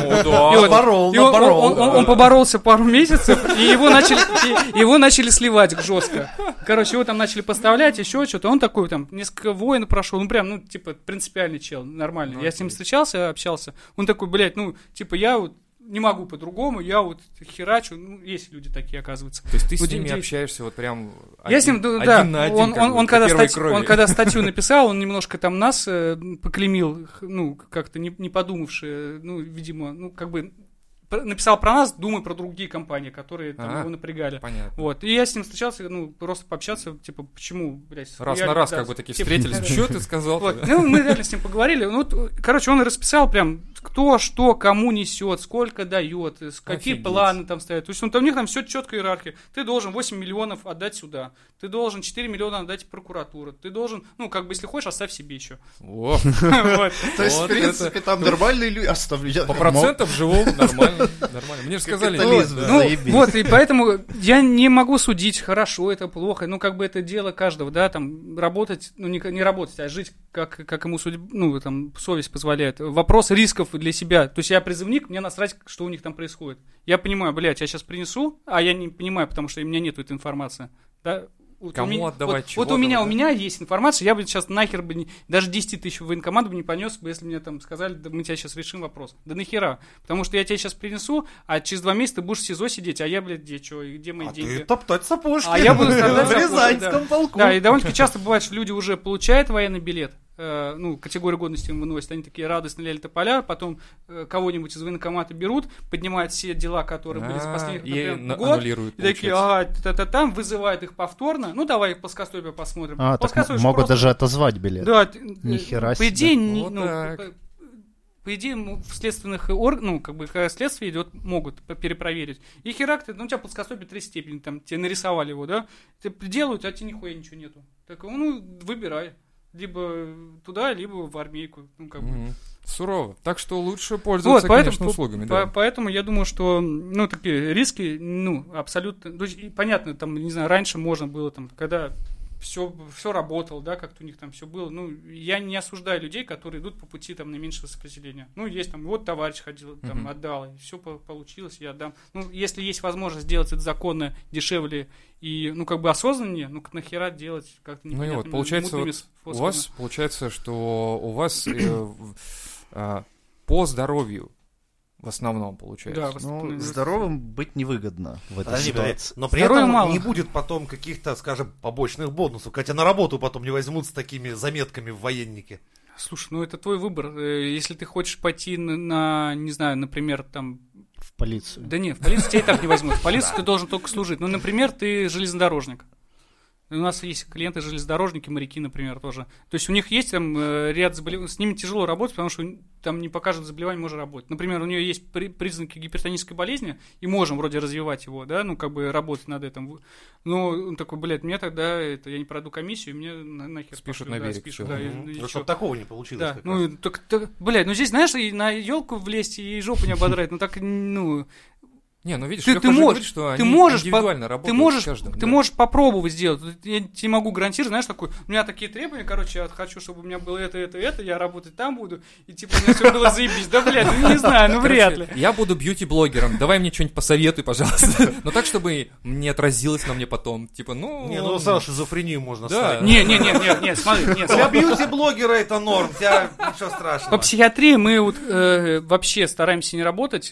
[SPEAKER 3] Он поборолся пару месяцев, и его начали сливать жестко. Короче, его там начали поставлять, еще что-то. Он такой там, несколько войн прошел, ну прям, ну типа принципиальный чел, нормальный. Я с ним встречался, общался. Он такой, блядь, ну типа я вот не могу по-другому, я вот херачу, ну, есть люди такие, оказывается.
[SPEAKER 1] То есть ты с
[SPEAKER 3] Вот
[SPEAKER 1] ними
[SPEAKER 3] здесь-
[SPEAKER 1] общаешься вот прям
[SPEAKER 3] Я с ним,
[SPEAKER 1] один
[SPEAKER 3] да,
[SPEAKER 1] на один,
[SPEAKER 3] он
[SPEAKER 1] как бы, по
[SPEAKER 3] когда
[SPEAKER 1] первой
[SPEAKER 3] статью,
[SPEAKER 1] крови.
[SPEAKER 3] он когда статью написал, он немножко там нас поклеймил, ну, как-то не подумавши, ну, видимо, ну, как бы написал про нас, думая про другие компании, которые там его напрягали.
[SPEAKER 1] Понятно.
[SPEAKER 3] Вот, и я с ним встречался, ну, просто пообщаться, типа, почему, блядь,
[SPEAKER 1] Раз
[SPEAKER 3] схуяли,
[SPEAKER 1] на раз
[SPEAKER 3] да,
[SPEAKER 1] как бы такие
[SPEAKER 3] типа,
[SPEAKER 1] встретились.
[SPEAKER 3] да.
[SPEAKER 1] Что ты сказал?
[SPEAKER 3] Вот. Ну, мы реально с ним поговорили. Ну, вот, короче, он расписал прям, кто что кому несет, сколько дает, какие
[SPEAKER 1] Офигеть.
[SPEAKER 3] планы там стоят. То есть у них там все четко иерархия. Ты должен 8 миллионов отдать сюда. Ты должен 4 миллиона отдать в прокуратуру. Ты должен, ну, как бы, если хочешь, оставь себе еще.
[SPEAKER 1] О,
[SPEAKER 3] Вот.
[SPEAKER 4] То есть, в
[SPEAKER 1] Вот
[SPEAKER 4] принципе, там нормальные люди оставляют.
[SPEAKER 1] по процентам живу, нормально. Мне же сказали,
[SPEAKER 4] Капитализм.
[SPEAKER 1] да.
[SPEAKER 3] Ну,
[SPEAKER 4] Заебись.
[SPEAKER 3] вот, и поэтому я не могу судить, хорошо это, плохо. Ну, как бы это дело каждого, да, там, работать, ну, не работать, а жить, как ему ну, там, совесть позволяет. Вопрос рисков для себя. То есть я призывник, мне насрать, что у них там происходит. Я понимаю, блядь, я сейчас принесу, а я не понимаю, потому что у меня нету этой информации. Да? Вот
[SPEAKER 1] Кому
[SPEAKER 3] у меня,
[SPEAKER 1] отдавать,
[SPEAKER 3] вот,
[SPEAKER 1] чего
[SPEAKER 3] вот у меня
[SPEAKER 1] отдавать,
[SPEAKER 3] есть информация, я бы сейчас нахер бы даже 10 тысяч в военкомат бы не понес, бы, если мне там сказали, да мы тебя сейчас решим вопрос. Да нахера? Потому что я тебя сейчас принесу, а через 2 месяца ты будешь в СИЗО сидеть, а я, блядь, где, что, и где мои деньги?
[SPEAKER 2] Ты топтать сапожки.
[SPEAKER 3] А я буду страдать
[SPEAKER 2] в
[SPEAKER 3] сапожки,
[SPEAKER 2] Рязанском
[SPEAKER 3] да.
[SPEAKER 2] полку.
[SPEAKER 3] Да, и довольно-таки часто бывает, что люди уже получают военный билет, ну, категорию годности им выносят, они такие радостно ляли тополя, потом кого-нибудь из военкомата берут, поднимают все дела, которые были за последних,
[SPEAKER 1] и
[SPEAKER 3] например, год,
[SPEAKER 1] аннулируют,
[SPEAKER 3] и такие, там вызывают их повторно, ну, давай плоскостопие посмотрим.
[SPEAKER 4] Так
[SPEAKER 3] Плоскостопие
[SPEAKER 4] могут
[SPEAKER 3] просто-
[SPEAKER 4] даже отозвать билет.
[SPEAKER 3] Да,
[SPEAKER 4] Нихера
[SPEAKER 3] по
[SPEAKER 4] себе.
[SPEAKER 3] идее,
[SPEAKER 1] Вот
[SPEAKER 3] ну,
[SPEAKER 1] так.
[SPEAKER 3] по идее, в следственных органах, ну, как бы, когда следствие идет, могут перепроверить. И херак, ты, ну, у тебя плоскостопие 3 степени, там, тебе нарисовали его, да, ты делают, а тебе нихуя ничего нету. Так, ну, выбирай. Либо туда, либо в армейку. Ну, как бы.
[SPEAKER 1] Мгм. Сурово. Так что лучше пользоваться,
[SPEAKER 3] Вот,
[SPEAKER 1] конечно, услугами. Да.
[SPEAKER 3] Поэтому я думаю, что, ну, такие риски, ну, абсолютно, то есть, и понятно, там, не знаю, раньше можно было, там, когда все работало, да, как-то у них там все было, ну, я не осуждаю людей, которые идут по пути, там, наименьшего сопротивления. Ну, есть там, вот товарищ ходил, там, отдал, и все получилось, я отдам. Ну, если есть возможность сделать это законно, дешевле и, ну, как бы осознаннее, ну, нахера делать как-то
[SPEAKER 1] Ну и
[SPEAKER 3] непонятными,
[SPEAKER 1] вот, получается,
[SPEAKER 3] мутными
[SPEAKER 1] вот у
[SPEAKER 3] способами.
[SPEAKER 1] вас, получается, что у вас по здоровью в основном получается.
[SPEAKER 3] Да,
[SPEAKER 4] Ну, здоровым быть невыгодно в этой
[SPEAKER 2] Подожди,
[SPEAKER 4] ситуации.
[SPEAKER 2] но при
[SPEAKER 3] Здоровья
[SPEAKER 2] этом
[SPEAKER 3] мало.
[SPEAKER 2] не будет потом каких-то, скажем, побочных бонусов. Хотя на работу потом не возьмут с такими заметками в военнике.
[SPEAKER 3] Слушай, ну это твой выбор. Если ты хочешь пойти на, не знаю, например, там...
[SPEAKER 4] В полицию.
[SPEAKER 3] Да нет, в полицию тебя и так не возьмут. В полицию ты должен только служить. Ну, например, ты железнодорожник. У нас есть клиенты железнодорожники, моряки, например, тоже. То есть у них есть там ряд заболеваний, с ними тяжело работать, потому что там не покажет заболевание, можно работать. Например, у нее есть признаки гипертонической болезни, и можем вроде развивать его, да, ну как бы работать над этим. Но он такой, блядь, мне тогда это, я не пройду комиссию, и мне нахер
[SPEAKER 1] Спишут
[SPEAKER 3] пошлют,
[SPEAKER 1] на
[SPEAKER 3] да,
[SPEAKER 1] берег,
[SPEAKER 3] спишут,
[SPEAKER 1] всё.
[SPEAKER 3] да, и
[SPEAKER 2] Ну,
[SPEAKER 3] чё.
[SPEAKER 2] чтобы такого не получилось.
[SPEAKER 3] Да,
[SPEAKER 2] как раз.
[SPEAKER 3] ну, так, блядь, ну здесь, знаешь, и на елку влезть, и жопу не ободрать, ну так, ну...
[SPEAKER 1] Не, ну видишь,
[SPEAKER 3] Ты
[SPEAKER 1] Лёха же
[SPEAKER 3] можешь,
[SPEAKER 1] говорит, что
[SPEAKER 3] ты
[SPEAKER 1] они
[SPEAKER 3] можешь,
[SPEAKER 1] индивидуально работают с каждым.
[SPEAKER 3] ты
[SPEAKER 1] да.
[SPEAKER 3] можешь попробовать сделать. Я тебе могу гарантировать, знаешь, такой, у меня такие требования, короче, я хочу, чтобы у меня было это, я работать там буду, и типа у меня все было заебись. Да, блядь, ну не знаю, ну вряд ли.
[SPEAKER 1] Короче, я буду бьюти-блогером, давай мне что-нибудь посоветуй, пожалуйста. Но так, чтобы не отразилось на мне потом. Типа, ну...
[SPEAKER 2] Не, ну сразу шизофрению можно
[SPEAKER 1] Да.
[SPEAKER 2] ставить.
[SPEAKER 3] Не, смотри, нет.
[SPEAKER 2] Для бьюти-блогера это норм, тебя ничего страшного.
[SPEAKER 3] По психиатрии мы вот вообще стараемся не работать.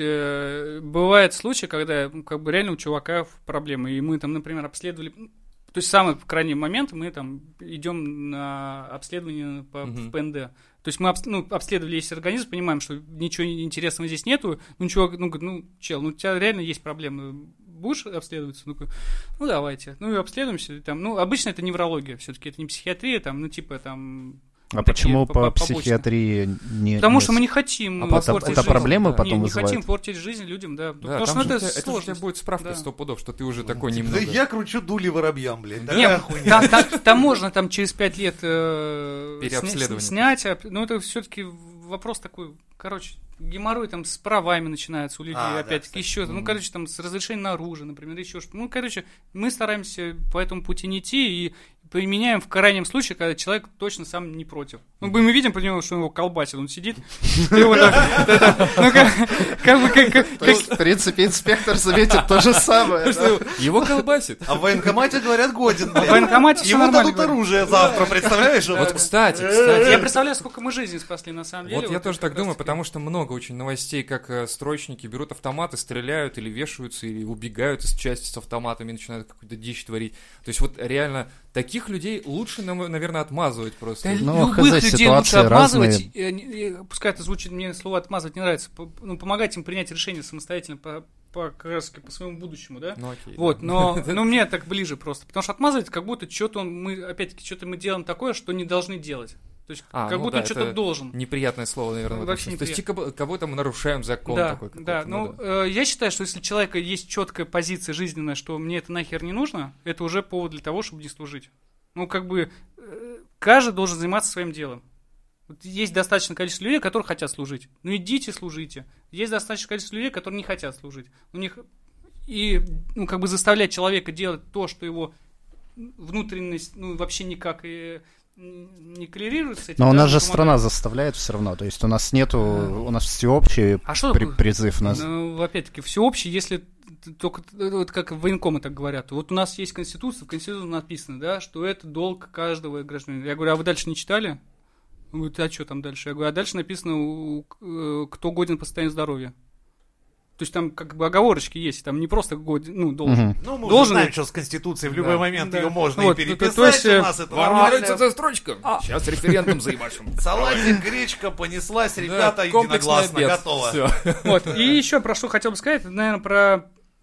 [SPEAKER 3] Бывает случаи, когда как бы реально у чувака проблемы, и мы там, например, обследовали. То есть самый крайний момент мы там идем на обследование в ПНД. То есть мы обследовали весь организм, понимаем, что ничего интересного здесь нету. Ну, чувак, чел, у тебя реально есть проблемы. Будешь обследоваться? Ну, давайте. Ну, и обследуемся. Там, ну, обычно это неврология, все-таки это не психиатрия, там, ну, типа, там...
[SPEAKER 4] А
[SPEAKER 3] такие
[SPEAKER 4] почему по
[SPEAKER 3] побочные.
[SPEAKER 4] психиатрии не...
[SPEAKER 3] Потому
[SPEAKER 4] не
[SPEAKER 3] что мы не хотим
[SPEAKER 4] это
[SPEAKER 3] портить жизнь.
[SPEAKER 4] проблемы
[SPEAKER 1] да.
[SPEAKER 4] потом
[SPEAKER 3] не
[SPEAKER 4] вызывают?
[SPEAKER 3] хотим портить жизнь людям, да.
[SPEAKER 1] Да,
[SPEAKER 3] Потому
[SPEAKER 1] там
[SPEAKER 3] что
[SPEAKER 1] же
[SPEAKER 3] это
[SPEAKER 1] это же у тебя
[SPEAKER 3] сложность.
[SPEAKER 1] будет справка
[SPEAKER 3] Да.
[SPEAKER 1] 100 пудов, что ты уже такой
[SPEAKER 2] Да
[SPEAKER 1] немного...
[SPEAKER 2] я кручу дули воробьям, блядь.
[SPEAKER 3] Нет,
[SPEAKER 2] Такая хуйня.
[SPEAKER 3] там можно там через 5 лет
[SPEAKER 1] Переобследование.
[SPEAKER 3] снять, но это все-таки вопрос такой, короче, геморрой там с правами начинается у людей,
[SPEAKER 2] Да,
[SPEAKER 3] опять-таки,
[SPEAKER 2] кстати.
[SPEAKER 3] еще, ну, короче, там с разрешением на оружие, например, еще что-то. Ну, короче, мы стараемся по этому пути не идти, и применяем в крайнем случае, когда человек точно сам не против. Мы видим по нему, что он его колбасит, он сидит.
[SPEAKER 4] То есть, в принципе, инспектор заметит то же самое.
[SPEAKER 1] Его колбасит.
[SPEAKER 2] А в военкомате, говорят, годен.
[SPEAKER 3] В военкомате все
[SPEAKER 2] Ему
[SPEAKER 3] нормально.
[SPEAKER 2] дадут оружие завтра, представляешь?
[SPEAKER 1] Вот, кстати.
[SPEAKER 3] Я представляю, сколько мы жизни спасли на самом деле.
[SPEAKER 1] Вот я тоже так думаю, потому что много очень новостей, как строчники берут автоматы, стреляют или вешаются, или убегают из части с автоматами, начинают какую-то дичь творить. То есть вот реально таких людей лучше, наверное, отмазывать просто.
[SPEAKER 3] Любых людей лучше отмазывать, пускай это звучит, мне слово «отмазывать» не нравится, помогать им принять решение самостоятельно по своему будущему, да?
[SPEAKER 1] Ну, окей,
[SPEAKER 3] вот,
[SPEAKER 1] да.
[SPEAKER 3] но мне так ближе просто, потому что отмазывать как будто что-то мы делаем такое, что не должны делать. То есть, как будто он что-то должен.
[SPEAKER 1] Неприятное слово, наверное.
[SPEAKER 3] Вообще
[SPEAKER 1] неприятно. То есть, кого-то мы нарушаем закон такой.
[SPEAKER 3] Да, я считаю, что если у человека есть четкая позиция жизненная, что мне это нахер не нужно, это уже повод для того, чтобы не служить. Каждый должен заниматься своим делом. Вот есть достаточное количество людей, которые хотят служить. Идите, служите. Есть достаточное количество людей, которые не хотят служить. Заставлять человека делать то, что его внутренность, вообще никак не коррелируется.
[SPEAKER 4] Но у нас же страна заставляет все равно. То есть у нас нету, у нас всеобщий призыв.
[SPEAKER 3] Опять-таки, всеобщий, если только вот как военкомы так говорят. Вот у нас есть Конституция, в Конституции написано, да, что это долг каждого гражданина. Я говорю, а вы дальше не читали? Он говорит, а что там дальше? Я говорю, а дальше написано, кто годен по состоянию здоровья. То есть там оговорочки есть, там не просто должен.
[SPEAKER 2] Мы уже знаем, что с Конституцией в любой момент ее можно и переписать.
[SPEAKER 3] То есть,
[SPEAKER 2] у нас это
[SPEAKER 1] вам
[SPEAKER 2] нормально.
[SPEAKER 1] нравится эта строчка? Сейчас референдум заебашим.
[SPEAKER 2] Салатик, гречка понеслась, ребята, единогласно, готово.
[SPEAKER 3] Вот. И еще про что хотел бы сказать, это, наверное,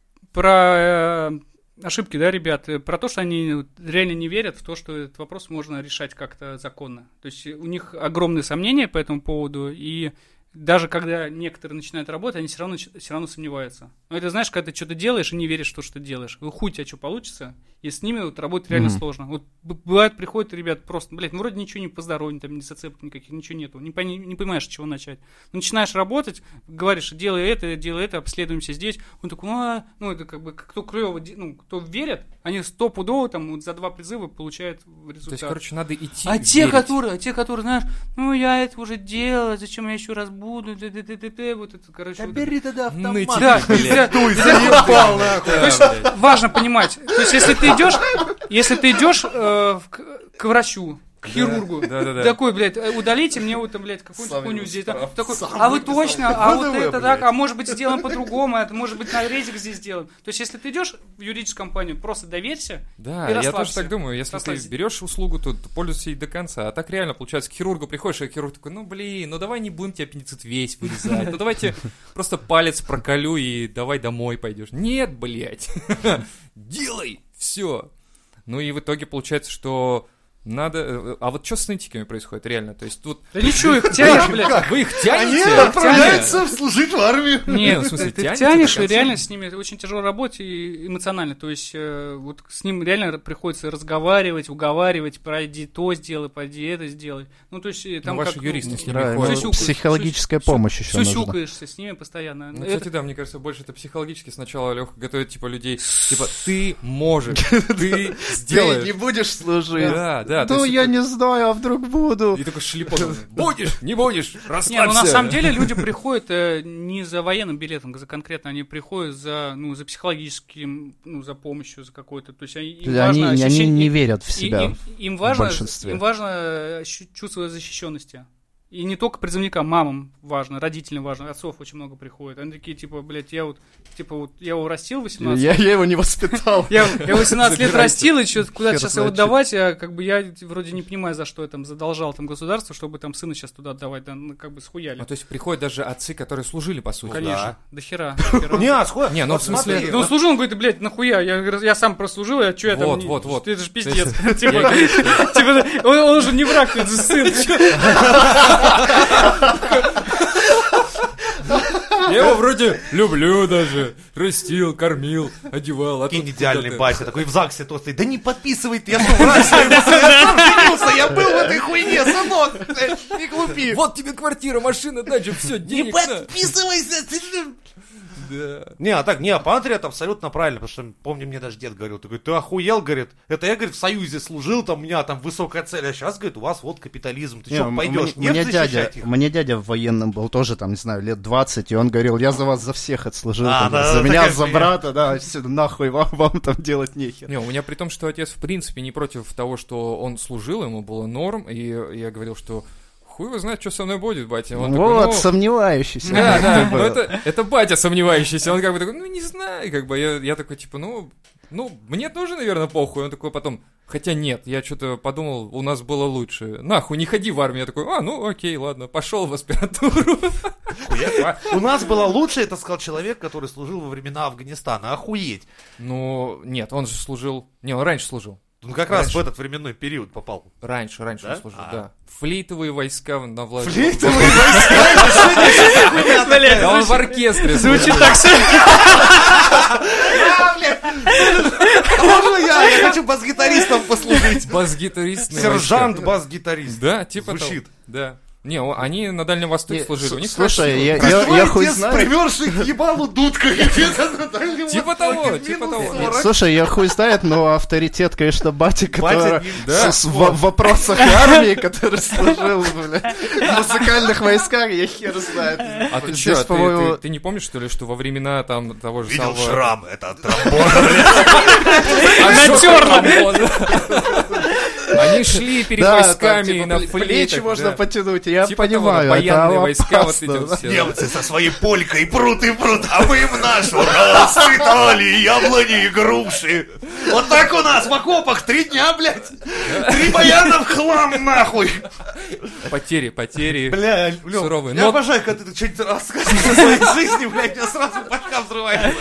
[SPEAKER 3] про ошибки, да, ребят, про то, что они реально не верят в то, что этот вопрос можно решать как-то законно. То есть у них огромные сомнения по этому поводу, и даже когда некоторые начинают работать, они все равно сомневаются. Но это, знаешь, когда ты что-то делаешь и не веришь в то, что ты делаешь. Хуй у тебя что получится, и с ними работать реально сложно. Вот бывает, приходят ребята просто, вроде ничего не по здоровью, там ни зацепок никаких, ничего нету. Не понимаешь, с чего начать. Начинаешь работать, говоришь, делай это, обследуемся здесь. Он такой, это кто клево, кто верит, они стопудово там за 2 призыва получают результат.
[SPEAKER 1] То есть, короче, надо идти
[SPEAKER 3] те, которые, знаешь, я это уже делал, зачем я еще раз буду, вот это, короче.
[SPEAKER 2] Да бери тогда автомат.
[SPEAKER 3] Да, заебал, нахуй. То есть, важно понимать, то есть, если ты идешь к врачу, к хирургу, такой, удалите мне какую-нибудь хуйню здесь. Такой, а вы точно, а вот это так, а может быть сделаем по-другому, это может быть нарезик здесь сделаем. То есть, если ты идешь в юридическую компанию, просто доверься и расслабься.
[SPEAKER 1] Я тоже так думаю, если ты берешь услугу, то пользуйся ей до конца. А так реально, получается, к хирургу приходишь, и хирург такой, давай не будем тебе аппендицит весь вырезать, давайте просто палец проколю и давай домой пойдешь. Нет, блядь, делай, все. И в итоге получается, что надо... А вот что с нытиками происходит реально? То есть тут...
[SPEAKER 3] Да ничего, их тянешь, блядь.
[SPEAKER 1] Вы их тянете?
[SPEAKER 2] Они отправляются служить в армию.
[SPEAKER 3] Нет, в смысле, ты тянешь, и реально с ними очень тяжело работать и эмоционально. То есть вот с ним реально приходится разговаривать, уговаривать, пройди то сделай, пойди это сделай. То есть там
[SPEAKER 1] ваши
[SPEAKER 3] как...
[SPEAKER 1] юристы с ними ходят.
[SPEAKER 4] Психологическая помощь еще нужна.
[SPEAKER 3] Сюсюкаешься с ними постоянно.
[SPEAKER 1] Кстати, да, мне кажется, больше это психологически сначала Леха готовит, людей, ты можешь, ты сделаешь.
[SPEAKER 4] Ты не будешь служить.
[SPEAKER 1] Да.
[SPEAKER 4] Я не знаю, а вдруг буду.
[SPEAKER 1] И такой шлепок. Будешь, не будешь, расслабься.
[SPEAKER 3] На самом деле люди приходят не за военным билетом, за конкретно, они приходят за психологическим, за помощью, за какой-то. То есть
[SPEAKER 4] они не верят в себя.
[SPEAKER 3] Им важно чувство защищенности. И не только призывникам, мамам важно, родителям важно, отцов очень много приходит. Они такие, я его растил 18 лет.
[SPEAKER 4] Я его не воспитал.
[SPEAKER 3] Я 18 лет растил, и куда-то сейчас его отдавать, я вроде не понимаю, за что я там задолжал государству, чтобы там сына сейчас туда отдавать, схуяли.
[SPEAKER 1] То есть приходят даже отцы, которые служили, по сути.
[SPEAKER 3] Конечно, до хера.
[SPEAKER 2] Не,
[SPEAKER 1] в смысле...
[SPEAKER 3] Он служил, он говорит, блядь, нахуя? Я сам прослужил, а что я там...
[SPEAKER 1] Вот.
[SPEAKER 3] Это же пиздец. Он же не враг, это сын.
[SPEAKER 1] Я его вроде люблю даже, растил, кормил, одевал.
[SPEAKER 2] Какой идеальный батя, такой в ЗАГСе то стоит, да не подписывай ты, я что, врач, я сам женился, я был в этой хуйне, сынок, не глупи.
[SPEAKER 1] Вот тебе квартира, машина, дача, все, денег.
[SPEAKER 2] Не подписывайся, ты... Не, патриот это абсолютно правильно, потому что, помню, мне даже дед говорил, ты охуел, говорит, это я, говорит, в Союзе служил, там у меня там высокая цель, а сейчас, говорит, у вас вот капитализм, ты что, пойдешь, нефть защищать их?
[SPEAKER 4] Мне дядя военным был тоже, там, не знаю, лет 20, и он говорил, я за вас за всех отслужил,
[SPEAKER 2] да,
[SPEAKER 4] за меня, за брата, да, все, нахуй, вам там делать нехер.
[SPEAKER 1] Не, у меня при том, что отец в принципе не против того, что он служил, ему было норм, и я говорил, что хуй его знает, что со мной будет, батя. Он
[SPEAKER 4] вот,
[SPEAKER 1] такой,
[SPEAKER 4] сомневающийся.
[SPEAKER 1] Да, это батя сомневающийся. Он как бы такой, не знаю, как бы. Я такой, типа, мне тоже, наверное, похуй. Он такой потом, хотя нет, я что-то подумал, у нас было лучше. Нахуй, не ходи в армию. Я такой, окей, ладно, пошел в аспирантуру.
[SPEAKER 2] У нас было лучше, это сказал человек, который служил во времена Афганистана. Охуеть.
[SPEAKER 1] Ну, нет, он же служил, он раньше служил.
[SPEAKER 2] Он как раз в этот временной период попал.
[SPEAKER 1] Раньше он служил, да. Флейтовые войска на власти.
[SPEAKER 2] Флейтовые войска?
[SPEAKER 1] Да он в оркестре.
[SPEAKER 3] Звучит так себе.
[SPEAKER 2] Можно я хочу бас-гитаристом послужить.
[SPEAKER 1] Бас-гитарист.
[SPEAKER 2] Сержант-бас-гитарист.
[SPEAKER 1] Да, типа того.
[SPEAKER 2] Звучит.
[SPEAKER 1] Да. Не, они на Дальнем Востоке служили. У них
[SPEAKER 4] слушай, я
[SPEAKER 2] хоть
[SPEAKER 4] знаю.
[SPEAKER 2] с примершей к ебалу дудкой где-то на Дальнем
[SPEAKER 1] Типа
[SPEAKER 2] Востоке.
[SPEAKER 1] того.
[SPEAKER 4] Слушай, я хуй знает, но авторитет, конечно, батя, который
[SPEAKER 2] да,
[SPEAKER 4] в вопросах армии, который служил, блядь, в музыкальных войсках, я хер знает.
[SPEAKER 1] А ты что, ты не помнишь, что ли, что во времена там того же
[SPEAKER 2] видел
[SPEAKER 1] самого...
[SPEAKER 2] шрам, это от тромбона, блядь.
[SPEAKER 3] Натерла.
[SPEAKER 1] Они шли перед войсками на флейтах.
[SPEAKER 4] Плечи можно потянуть, я
[SPEAKER 1] Типа
[SPEAKER 4] понимаю,
[SPEAKER 1] того, военные
[SPEAKER 4] это
[SPEAKER 1] войска вот
[SPEAKER 4] опасно.
[SPEAKER 1] эти все.
[SPEAKER 2] Немцы со своей полькой прут и прут, а мы им нашу расцветали яблони и груши. Вот так у нас в окопах 3 дня, блядь. 3 баяна в хлам, нахуй.
[SPEAKER 1] Потери.
[SPEAKER 2] Бля,
[SPEAKER 1] суровые.
[SPEAKER 2] Я обожаю, когда ты что-нибудь рассказываешь о своей жизни, блядь, я сразу башка взрывается.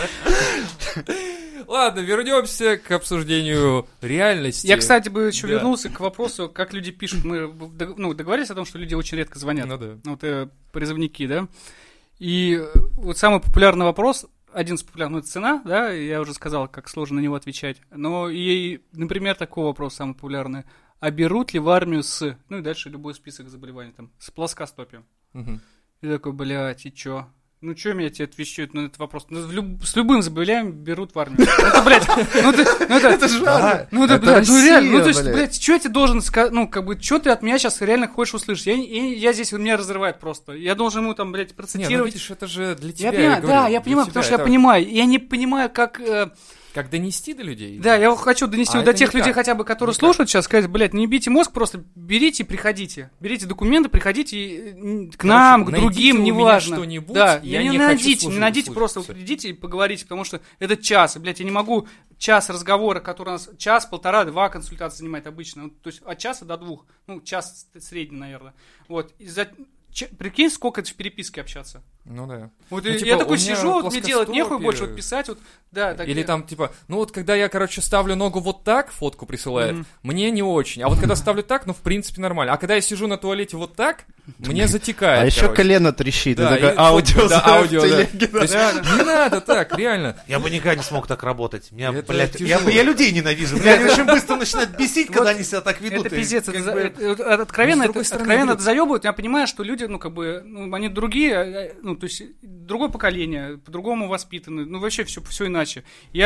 [SPEAKER 1] Ладно, вернемся к обсуждению реальности.
[SPEAKER 3] Я, кстати, бы еще вернулся к вопросу, как люди пишут. Мы договорились о том, что люди очень редко звонят.
[SPEAKER 1] Ну да.
[SPEAKER 3] Вот призывники, да. И вот самый популярный вопрос, один из популярных, это цена, да, я уже сказал, как сложно на него отвечать. Но и, например, такой вопрос самый популярный. А берут ли в армию ну и дальше любой список заболеваний, там, с плоскостопием.
[SPEAKER 1] Угу.
[SPEAKER 3] И такой, блядь, и чё? Ну, что меня тебе отвечают на этот вопрос? С любым заболеванием берут в армию. Это, блядь, это же армия. Ну, это, блядь, реально. Ну, то есть, блядь, что я тебе должен сказать, что ты от меня сейчас реально хочешь услышать? Я здесь, меня разрывает просто. Я должен ему там, блядь, процитировать.
[SPEAKER 1] Не, ну, видишь, это же для тебя,
[SPEAKER 3] я понимаю, потому что я понимаю. Я не понимаю, как...
[SPEAKER 1] Как донести до людей?
[SPEAKER 3] Да, я хочу донести до тех людей хотя бы, которые слушают сейчас, сказать, блядь, не бейте мозг, просто берите и приходите. Берите документы, приходите к нам, к другим, неважно. Да, не найдите, просто вы придите и поговорите, потому что это час. Блядь, я не могу час разговора, который у нас час, 1,5-2 консультации занимает обычно. То есть от часа до 2. Ну, час средний, наверное. Вот. Прикинь, сколько это в переписке общаться.
[SPEAKER 1] Ну да.
[SPEAKER 3] Вот я такой сижу, вот мне делать нехуй больше, вот писать, вот, да. Так
[SPEAKER 1] или там, типа, вот когда я, ставлю ногу вот так, фотку присылает, мне не очень. А вот когда ставлю так, в принципе, нормально. А когда я сижу на туалете вот так, мне затекает.
[SPEAKER 4] А еще колено трещит,
[SPEAKER 1] да,
[SPEAKER 4] это аудио.
[SPEAKER 1] Да, аудио, да. Не надо так, реально.
[SPEAKER 2] Я бы никогда не смог так работать. Блядь, я людей ненавижу. Меня очень быстро начинает бесить, когда они себя так ведут.
[SPEAKER 3] Это пиздец. Откровенно это заебывает. Я понимаю, что люди, они другие, то есть другое поколение, по-другому воспитаны, вообще все иначе. Я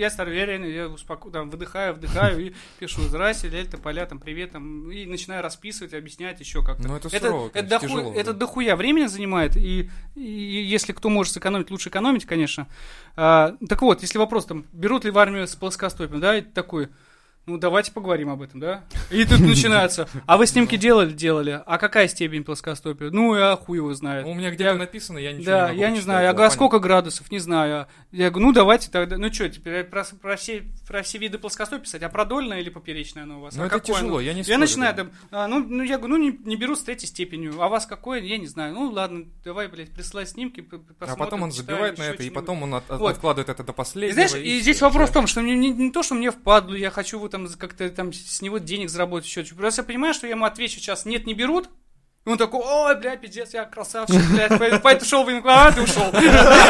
[SPEAKER 3] выдыхаю и пишу «Здрасте, ляль-то, поля, там, привет», там, и начинаю расписывать, объяснять еще как-то.
[SPEAKER 1] Ну, это сурово, тяжело.
[SPEAKER 3] Это дохуя времени занимает, и если кто может сэкономить, лучше экономить, конечно. Так вот, если вопрос, там, берут ли в армию с плоскостопием, да, это такой... Ну, давайте поговорим об этом, да? И тут начинается. А вы снимки делали? А какая степень плоскостопия? Ну, я хуй его знает.
[SPEAKER 1] У меня где-то написано, я ничего не могу.
[SPEAKER 3] Да, я не знаю. А сколько градусов? Не знаю. Я говорю, давайте тогда. Ну, что, теперь про все виды плоскостопия писать? А продольное или поперечное оно у вас?
[SPEAKER 1] Ну, это тяжело, я не спорю.
[SPEAKER 3] Я начинаю, я говорю, не беру с 3-й степенью. А вас какое? Я не знаю. Ну, ладно, давай, блядь, присылай снимки, посмотрим.
[SPEAKER 1] А потом он забивает на это, и потом он откладывает это до последнего.
[SPEAKER 3] Знаешь, и здесь вопрос в том, что не то, что мне впадло, я хочу вот там как-то там с него денег заработать, еще. Просто я понимаю, что я ему отвечу сейчас, нет, не берут. И он такой, ой, блядь, пиздец, я красавчик, блядь, поэтому шел в военкомат и ушел. Блядь,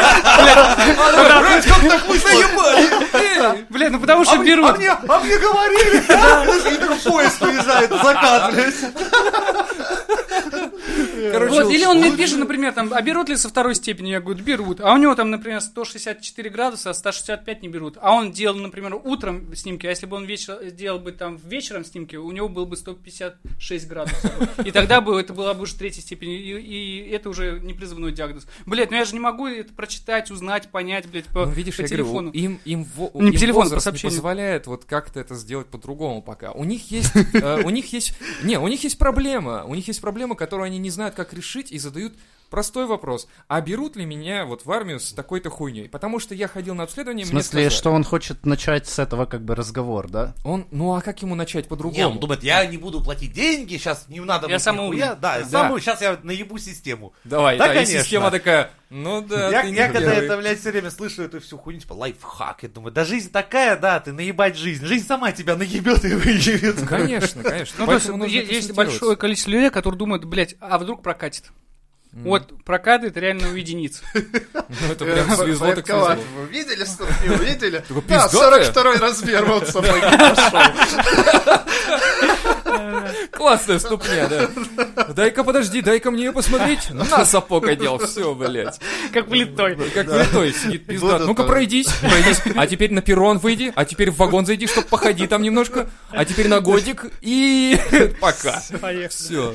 [SPEAKER 2] как так вы заебали?
[SPEAKER 3] Блядь, ну потому что берут.
[SPEAKER 2] А мне говорили, да? И такой поезд уезжает, закат, блядь.
[SPEAKER 1] Короче,
[SPEAKER 3] Вот, или он мне пишет, например, там, а берут ли со второй степени? Я говорю, берут. А у него там, например, 164 градуса, а 165 не берут. А он делал, например, утром снимки, а если бы он делал бы там вечером снимки, у него было бы 156 градусов. И тогда бы это была бы уже третья степень, и это уже не призывной диагноз. Блядь, ну я же не могу это прочитать, узнать, понять, блядь, по телефону.
[SPEAKER 1] Им
[SPEAKER 3] телефон, по
[SPEAKER 1] возраст не
[SPEAKER 3] сообщению.
[SPEAKER 1] позволяет вот как-то это сделать по-другому пока. У них есть проблема. У них есть проблема, которую они не знают, как решить, и задают простой вопрос. А берут ли меня вот в армию с такой-то хуйней? Потому что я ходил на обследование,
[SPEAKER 4] В
[SPEAKER 1] мне
[SPEAKER 4] смысле,
[SPEAKER 1] сказали.
[SPEAKER 4] что он хочет начать с этого как бы разговор, да?
[SPEAKER 1] Ну а как ему начать
[SPEAKER 2] Не,
[SPEAKER 1] по-другому?
[SPEAKER 2] он думает, я не буду платить деньги, сейчас не надо
[SPEAKER 3] Я
[SPEAKER 2] быть
[SPEAKER 3] самый
[SPEAKER 2] нихуя.
[SPEAKER 3] умный.
[SPEAKER 2] Да,
[SPEAKER 1] Да.
[SPEAKER 2] сейчас я наебу систему.
[SPEAKER 1] Давай,
[SPEAKER 2] Да,
[SPEAKER 1] и
[SPEAKER 2] конечно.
[SPEAKER 1] система такая, ну да, ты не
[SPEAKER 2] Я когда
[SPEAKER 1] первый.
[SPEAKER 2] это, блядь, все время слышу эту всю хуйню, типа, лайфхак, я думаю, да жизнь такая, да, ты наебать жизнь. Жизнь сама тебя наебет и выебет.
[SPEAKER 1] Конечно.
[SPEAKER 3] Ну, то есть,
[SPEAKER 1] Поэтому нужно
[SPEAKER 3] есть
[SPEAKER 1] консультироваться.
[SPEAKER 3] большое количество людей, которые думают, блядь, а вдруг прокатит? Вот, прокатывает реально у единиц.
[SPEAKER 1] Ну это прям свезло, так свезло.
[SPEAKER 5] Вы видели ступню? Видели?
[SPEAKER 1] Такой,
[SPEAKER 5] Да,
[SPEAKER 1] пиздатая.
[SPEAKER 5] 42-й размер вот собой пошел.
[SPEAKER 1] Классная ступня, да. Дай-ка, подожди, дай-ка мне ее посмотреть. На сапог одел, все, блядь.
[SPEAKER 3] Как влитой.
[SPEAKER 1] Как влитой сидит пиздат.
[SPEAKER 5] Буду
[SPEAKER 1] Ну-ка
[SPEAKER 5] там.
[SPEAKER 1] пройдись. А теперь на перрон выйди, а теперь в вагон зайди, чтоб походи там немножко, а теперь на годик и пока.
[SPEAKER 3] Поехали.
[SPEAKER 1] Все.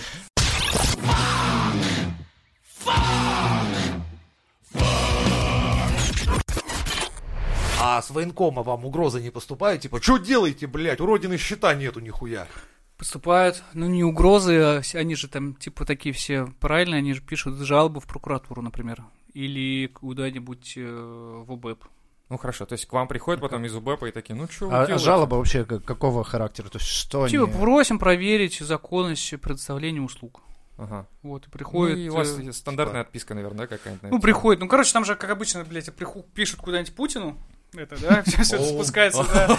[SPEAKER 2] А с военкома вам угрозы не поступают? Типа, что делаете, блядь, у родины счета нету нихуя.
[SPEAKER 3] Поступают, ну не угрозы, а они же там типа такие все правильные, они же пишут жалобу в прокуратуру, например, или куда-нибудь в ОБЭП.
[SPEAKER 1] Ну хорошо, то есть к вам приходят потом из УБЭПа и такие, ну что вы
[SPEAKER 4] А
[SPEAKER 1] делаете?
[SPEAKER 4] жалоба вообще какого характера? То есть что они...
[SPEAKER 3] Типа просим проверить законность предоставления услуг.
[SPEAKER 1] Ага.
[SPEAKER 3] Вот, и
[SPEAKER 1] Ну,
[SPEAKER 3] приходит...
[SPEAKER 1] и у вас стандартная отписка, наверное, да, какая-нибудь? на
[SPEAKER 3] Ну,
[SPEAKER 1] это?
[SPEAKER 3] приходит, ну, короче, там же, как обычно, блядь, пишут куда-нибудь Путину, это, да, все это спускается, да.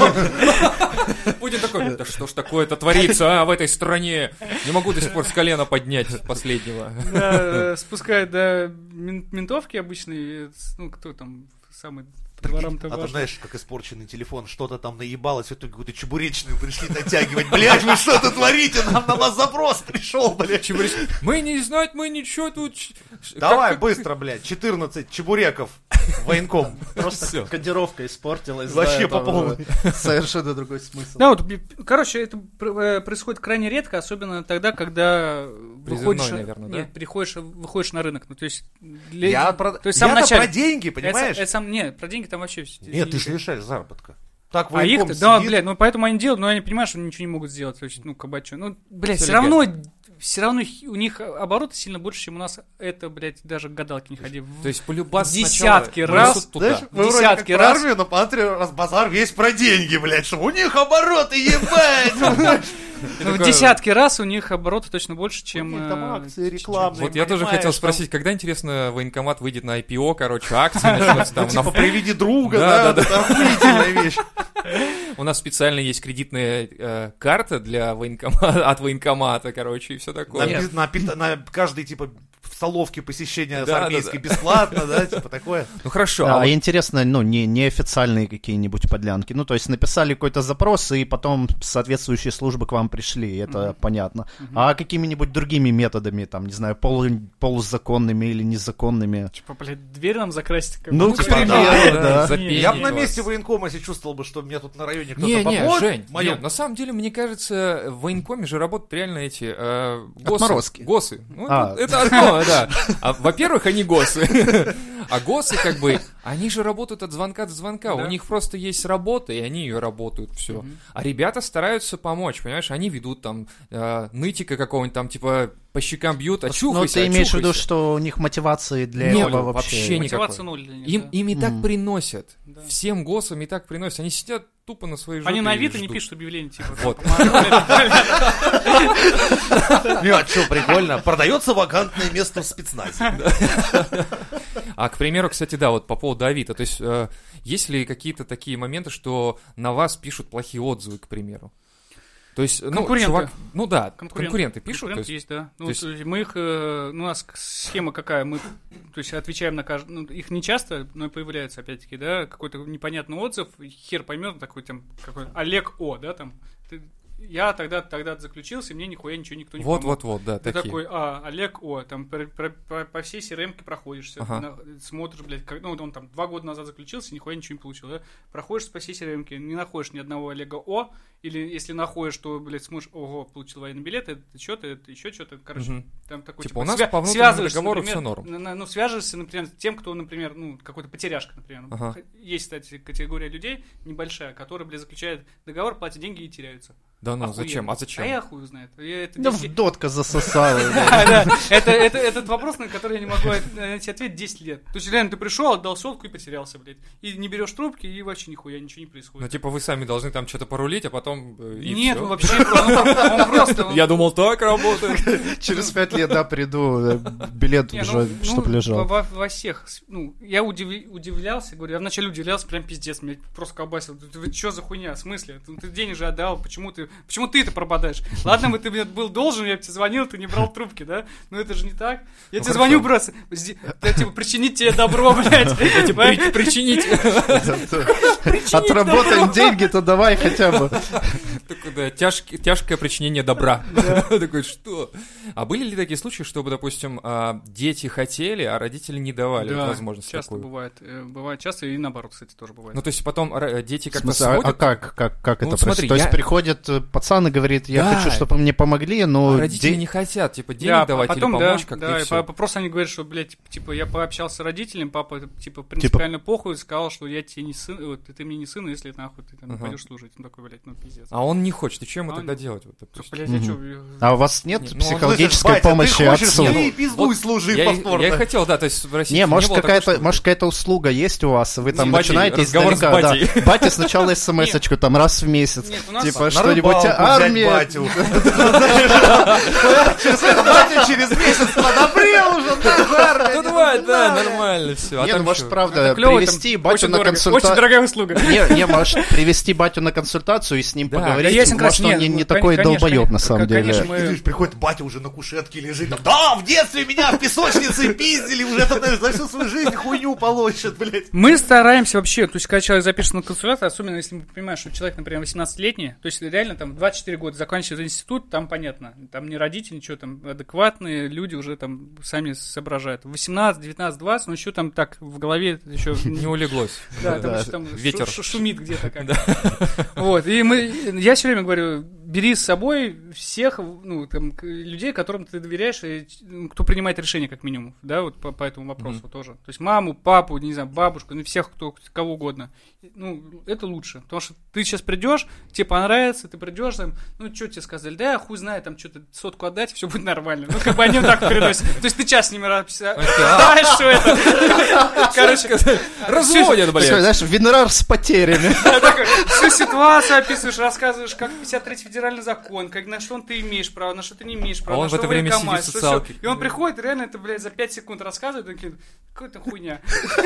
[SPEAKER 1] Путин такой, да что ж такое-то творится, в этой стране? Не могу до сих пор с колена поднять последнего.
[SPEAKER 3] Да, спускают до ментовки обычные, ну, кто там самый... Дворам-то
[SPEAKER 2] А то
[SPEAKER 3] важно.
[SPEAKER 2] знаешь, как испорченный телефон, что-то там наебалось, в итоге какую-то чебуречную пришли натягивать. Блядь, вы что-то творите? Нам на вас запрос пришел, блядь.
[SPEAKER 1] Мы не знать, мы ничего тут...
[SPEAKER 2] Давай, быстро, блядь, 14 чебуреков в военком.
[SPEAKER 4] Просто
[SPEAKER 1] Всё.
[SPEAKER 4] кодировка испортилась.
[SPEAKER 2] Вообще
[SPEAKER 4] да,
[SPEAKER 2] по
[SPEAKER 4] там,
[SPEAKER 2] полной.
[SPEAKER 4] Совершенно другой смысл.
[SPEAKER 3] Да, вот, короче, это происходит крайне редко, особенно тогда, когда выходишь,
[SPEAKER 1] наверное, да?
[SPEAKER 3] нет, выходишь на рынок. Ну, то есть,
[SPEAKER 2] Я-то
[SPEAKER 3] сам
[SPEAKER 2] про
[SPEAKER 3] начальник.
[SPEAKER 2] деньги, понимаешь?
[SPEAKER 3] Нет, про деньги там вообще...
[SPEAKER 2] Нет, ты же лишаешь заработка. Так
[SPEAKER 3] А их,
[SPEAKER 2] военком
[SPEAKER 3] да,
[SPEAKER 2] сидит.
[SPEAKER 3] блядь, ну поэтому они делают, но они понимают, что ничего не могут сделать. То есть, ну, кабачо. Ну, блядь,
[SPEAKER 1] Всё
[SPEAKER 3] все равно у них обороты сильно больше, чем у нас. Это, блядь, даже к гадалке не ходи.
[SPEAKER 1] То есть полюбас
[SPEAKER 3] Десятки
[SPEAKER 1] сначала
[SPEAKER 3] раз,
[SPEAKER 1] несут туда.
[SPEAKER 2] Знаешь, вы вроде
[SPEAKER 3] Десятки
[SPEAKER 2] как про
[SPEAKER 3] раз.
[SPEAKER 2] армию, но посмотри, раз базар весь про деньги, блядь, что у них обороты, ебать!
[SPEAKER 3] Ну, в десятки раз у них обороты точно больше, чем...
[SPEAKER 2] Там акции рекламные.
[SPEAKER 1] Вот я тоже
[SPEAKER 2] понимаешь,
[SPEAKER 1] хотел
[SPEAKER 2] там,
[SPEAKER 1] спросить, когда, интересно, военкомат выйдет на IPO, короче, акции начнутся там.
[SPEAKER 2] Типа, приведи друга,
[SPEAKER 1] Да,
[SPEAKER 2] да, это охуительная вещь.
[SPEAKER 1] У нас специально есть кредитная карта для военкомата, от военкомата, короче, и все такое.
[SPEAKER 2] На каждый, типа, в столовке посещение с
[SPEAKER 1] Да,
[SPEAKER 2] армейской бесплатно, да, типа такое.
[SPEAKER 1] Ну хорошо,
[SPEAKER 4] Да,
[SPEAKER 1] а вот
[SPEAKER 4] интересно, ну, неофициальные какие-нибудь подлянки. Ну, то есть написали какой-то запрос, и потом соответствующие службы к вам пришли, это понятно. А какими-нибудь другими методами, там, не знаю, полузаконными или незаконными?
[SPEAKER 3] Типа, блядь, дверь нам закрасить.
[SPEAKER 4] Ну,
[SPEAKER 3] типа,
[SPEAKER 4] к примеру, да.
[SPEAKER 1] за
[SPEAKER 3] Не,
[SPEAKER 1] пенни
[SPEAKER 2] Я бы на
[SPEAKER 1] вас.
[SPEAKER 2] месте военкома, если чувствовал бы, что мне тут на районе кто-то
[SPEAKER 1] Не,
[SPEAKER 2] поможет.
[SPEAKER 1] Жень,
[SPEAKER 2] моё-
[SPEAKER 1] нет, на самом деле, мне кажется, в военкоме же работают реально эти
[SPEAKER 4] Отморозки.
[SPEAKER 1] ГОСы. Ну,
[SPEAKER 4] А.
[SPEAKER 1] это одно, да. Во-первых, они ГОСы. А ГОСы, как бы, они же работают от звонка до звонка. У них просто есть работа, и они ее работают, все. А ребята стараются помочь, понимаешь? Они ведут там нытика какого-нибудь там, типа, по щекам бьют,
[SPEAKER 4] Ну,
[SPEAKER 1] очухайся,
[SPEAKER 4] ты имеешь в виду,
[SPEAKER 1] очухайся.
[SPEAKER 4] что у них мотивации для
[SPEAKER 1] Нету,
[SPEAKER 4] этого
[SPEAKER 1] вообще
[SPEAKER 4] вообще...
[SPEAKER 1] никакой.
[SPEAKER 3] Мотивация ноль для них, да.
[SPEAKER 1] Им и так приносят. Всем ГОСам и так приносят. Они сидят тупо на своей жопе.
[SPEAKER 3] Они на
[SPEAKER 1] и
[SPEAKER 3] Авито не
[SPEAKER 1] ждут.
[SPEAKER 3] пишут объявление, типа.
[SPEAKER 1] Вот.
[SPEAKER 2] Нет, что, прикольно. Продается вакантное место в спецназе.
[SPEAKER 1] А, к примеру, кстати, да, вот по поводу Авито. То есть, есть ли какие-то такие моменты, что на вас пишут плохие отзывы, к примеру? То есть, ну,
[SPEAKER 3] Конкуренты.
[SPEAKER 1] чувак, ну да, конкуренты пишут.
[SPEAKER 3] Конкуренты
[SPEAKER 1] то есть,
[SPEAKER 3] есть, да. Ну,
[SPEAKER 1] то есть-
[SPEAKER 3] то есть мы их, у нас схема какая, мы, то есть отвечаем на каждый, ну, их не часто, но и появляется, опять-таки, да, какой-то непонятный отзыв, хер поймет, такой там, какой Олег О, да, там, ты я тогда заключился, и мне нихуя ничего никто не помог.
[SPEAKER 1] Вот, да,
[SPEAKER 3] Ты
[SPEAKER 1] такие.
[SPEAKER 3] такой, Олег, там по всей CRM-ке проходишься, смотришь, блядь, он там 2 года назад заключился, нихуя ничего не получил, да? Проходишь по всей CRM-ке, не находишь ни одного Олега О, или если находишь, то, блядь, смотришь, ого, получил военный билет, это что-то, это еще что-то, короче, там такой,
[SPEAKER 1] типа у нас по внутреннему договору все норм.
[SPEAKER 3] Ну, свяжешься, например, с тем, кто, например, какой-то потеряшка, например. Есть, кстати, категория людей небольшая, которые, блядь, заключают договор, платят деньги и теряются.
[SPEAKER 1] Да ну,
[SPEAKER 3] Охуенно.
[SPEAKER 1] зачем? А зачем?
[SPEAKER 3] А я хуй знает.
[SPEAKER 4] Да в дотка засосала.
[SPEAKER 3] Да, этот вопрос, на который я не могу найти ответ 10 лет. То есть, реально, ты пришел, отдал сотку и потерялся, блядь. И не берешь трубки, и вообще нихуя ничего не происходит.
[SPEAKER 1] Ну, типа, вы сами должны там что-то порулить, а потом
[SPEAKER 3] Нет, он вообще он просто...
[SPEAKER 1] Я думал, так работает.
[SPEAKER 4] Через 5 лет, да, приду, билет уже, чтоб лежал.
[SPEAKER 3] Во всех, я удивлялся, говорю, я вначале удивлялся, прям пиздец, меня просто колбасил. Ты что за хуйня, в смысле? Ты денег же отдал, почему ты это пропадаешь? Ладно бы ты мне был должен, я бы тебе звонил, ты не брал трубки, да? Но это же не так. Я тебе звоню просто, типа, причинить тебе добро, блядь.
[SPEAKER 1] Причинить.
[SPEAKER 4] Отработаем деньги-то давай хотя бы.
[SPEAKER 1] Такое, да, тяжкое причинение добра. Такой, что? А были ли такие случаи, чтобы, допустим, дети хотели, а родители не давали возможность
[SPEAKER 3] часто
[SPEAKER 1] такую?
[SPEAKER 3] бывает. Бывает часто, и наоборот, кстати, тоже бывает.
[SPEAKER 1] Ну, то есть потом дети как-то
[SPEAKER 4] сводят... А как это происходит? То есть приходит пацан и говорит, я хочу, чтобы мне помогли, но...
[SPEAKER 1] Родители не хотят, типа, денег давать или помочь как-то, и всё.
[SPEAKER 3] Просто они говорят, что, блядь, типа, я пообщался с родителем, папа, типа, принципиально похуй, сказал, что я тебе не сын, вот, ты мне не сын, если нахуй ты там пойдешь служить. Он такой, блядь, пиздец.
[SPEAKER 1] А он не хочет, и что ему тогда делать? Вот,
[SPEAKER 3] блядь, я чё...
[SPEAKER 4] А у вас нет психологической помощи отцу?
[SPEAKER 2] Ты пиздуй служи повторно.
[SPEAKER 1] Я и хотел, да, то есть спросить.
[SPEAKER 4] Не, может, какая-то услуга есть у вас, вы там начинаете
[SPEAKER 1] разговор с батей.
[SPEAKER 4] Да. Батя сначала смс-очку там раз в месяц. Типа что-нибудь, армия.
[SPEAKER 2] Батю. Через месяц подобрел уже,
[SPEAKER 1] Ну давай, да, нормально все.
[SPEAKER 4] Не, может, правда, привести батю на консультацию.
[SPEAKER 3] Очень дорогая услуга.
[SPEAKER 4] Не, может, привести батю на консультацию и с ним поговорить. Может, он не такой долбоеб на самом деле.
[SPEAKER 2] Приходит батя уже на кушетке лежит. Да, в детстве меня в песочнице пиздили, уже за всю свою жизнь хуйню полощет, блядь.
[SPEAKER 3] Мы стараемся вообще, то есть, когда человек запишется на консультацию, особенно если мы понимаем, что человек, например, 18-летний, то есть, реально, там, 24 года заканчивает институт, там понятно, там не родители, ничего, там, адекватные люди уже там сами соображают. 18, 19, 20, но еще там так в голове еще...
[SPEAKER 1] Не улеглось.
[SPEAKER 3] Да, там еще там
[SPEAKER 1] ветер
[SPEAKER 3] шумит где-то как-то. Вот, и я все время говорю, бери с собой всех, людей, которым ты доверяешь, и кто принимает решение, как минимум, да, вот по этому вопросу тоже. То есть маму, папу, не знаю, бабушку, всех, кого угодно. Это лучше, потому что ты сейчас придешь, тебе понравится, ты придешь, там, что тебе сказали, да, хуй знает, там, что-то сотку отдать, все будет нормально. Как бы они вот так переносят. То есть ты час с ними знаешь, что это? Короче,
[SPEAKER 1] разводят, блядь.
[SPEAKER 4] Знаешь, гонорар с потерями.
[SPEAKER 3] Всю ситуацию описываешь, рассказываешь, как 53-й федеральный закон, на что ты имеешь право, на что ты не имеешь права.
[SPEAKER 1] Он в это время сидит в социалке.
[SPEAKER 3] И он приходит, реально это, блядь, за 5 секунд рассказывает, такие, какая-то хуйня.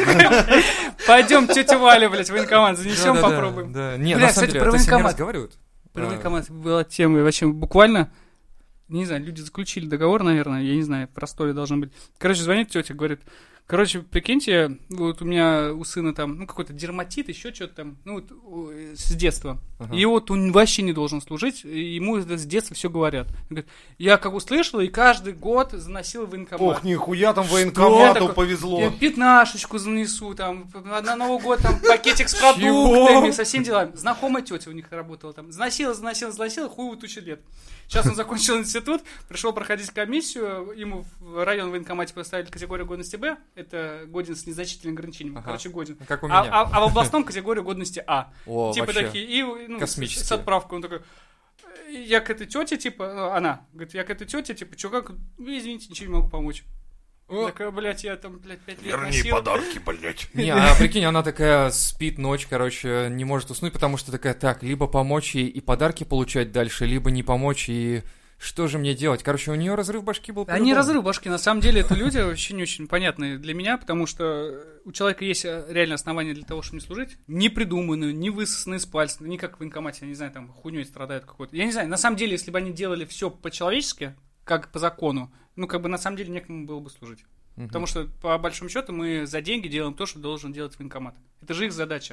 [SPEAKER 3] Пойдем, тетя Валя, блядь, в военкомат занесем, попробуем.
[SPEAKER 1] Не, на самом деле, это с ними разговаривают?
[SPEAKER 3] Про военкомат была тема, вообще, буквально, не знаю, люди заключили договор, наверное, я не знаю, простой должен быть. Короче, звонит тетя, говорит, прикиньте, вот у меня у сына там, какой-то дерматит, еще что-то там, с детства. И вот он вообще не должен служить, ему с детства все говорят. Он говорит, я как услышал, и каждый год заносил в военкомат.
[SPEAKER 2] Ох, нихуя там военкомату повезло.
[SPEAKER 3] Я 15-шечку занесу, там, на Новый год там пакетик с продуктами, со всеми делами. Знакомая тетя у них работала там. Заносила, хуй в тучу лет. Сейчас он закончил институт, пришел проходить комиссию, ему в район военкомате поставили категорию годности Б, это годен с незначительным ограничением, годен.
[SPEAKER 1] Как у меня.
[SPEAKER 3] А в областном категорию годности А.
[SPEAKER 1] О,
[SPEAKER 3] типа
[SPEAKER 1] вообще.
[SPEAKER 3] такие, и с отправкой, он такой, я к этой тете, типа, она, говорит, я к этой тете, типа, как, извините, ничего не могу помочь. Такая, блядь, я там, 5 лет
[SPEAKER 2] Верни
[SPEAKER 3] носил.
[SPEAKER 2] подарки, блядь.
[SPEAKER 1] Не, прикинь, она такая спит ночь, не может уснуть, потому что такая, либо помочь ей и подарки получать дальше, либо не помочь, и что же мне делать? У нее разрыв башки был.
[SPEAKER 3] Не разрыв башки, на самом деле это люди вообще не очень понятные для меня, потому что у человека есть реально основания для того, чтобы не служить, не придуманные, не высосанные из пальца, не как в военкомате, я не знаю, там хуйней страдают какой-то. Я не знаю, на самом деле, если бы они делали все по-человечески, как по закону, на самом деле некому было бы служить. Потому что, по большому счету, мы за деньги делаем то, что должен делать военкомат. Это же их задача.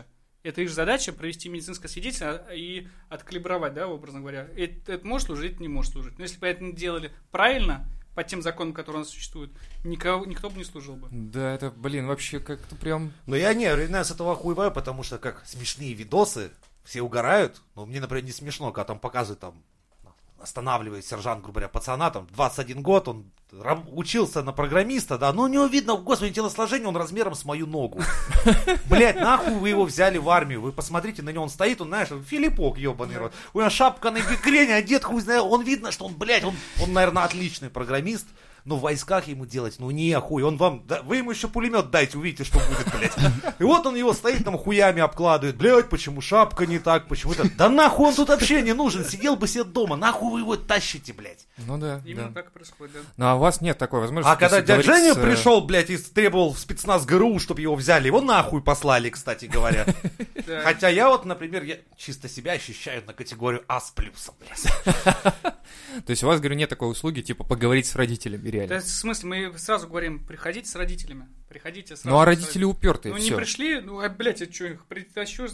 [SPEAKER 3] Это их задача провести медицинское свидетельство и откалибровать, да, образно говоря. Это может служить, это не может служить. Но если бы это делали правильно, по тем законам, которые у нас существуют, никто бы не служил бы.
[SPEAKER 1] Да, это, вообще как-то прям...
[SPEAKER 2] Но я с этого охуеваю, потому что как смешные видосы, все угорают. Но мне, например, не смешно, когда там показывают, там, останавливает сержант, грубо говоря, пацана, там, 21 год, он учился на программиста, да, но у него видно, господи, телосложение, он размером с мою ногу. Блять, нахуй вы его взяли в армию, вы посмотрите на него, он стоит, он, знаешь, Филиппок, ебаный рот, у него шапка на бекрене, одет, хуй знает, он видно, что он, блядь, он, наверное, отличный программист, но в войсках ему делать, не хуй, он вам, да, вы ему еще пулемет дайте, увидите, что будет, блядь. И вот он его стоит там хуями обкладывает, блядь, почему шапка не так, почему это, да нахуй он тут вообще не нужен, сидел бы себе дома, нахуй вы его тащите, блядь.
[SPEAKER 1] Ну да.
[SPEAKER 3] Именно так и происходит, да.
[SPEAKER 1] Ну а у вас нет такой возможности.
[SPEAKER 2] А когда дядя Женя пришел, блядь, и требовал в спецназ ГРУ, чтобы его взяли, его нахуй послали, кстати говоря. Хотя я вот, например, я чисто себя ощущаю на категорию А с плюсом, блядь.
[SPEAKER 1] То есть у вас, говорю, нет такой услуги, типа поговорить с родителями, реально?
[SPEAKER 3] Да, в смысле, мы сразу говорим, приходите с родителями. Приходите сразу.
[SPEAKER 1] Ну а родители упертые,
[SPEAKER 3] Ну
[SPEAKER 1] все.
[SPEAKER 3] не пришли, блядь, я что, их притащу,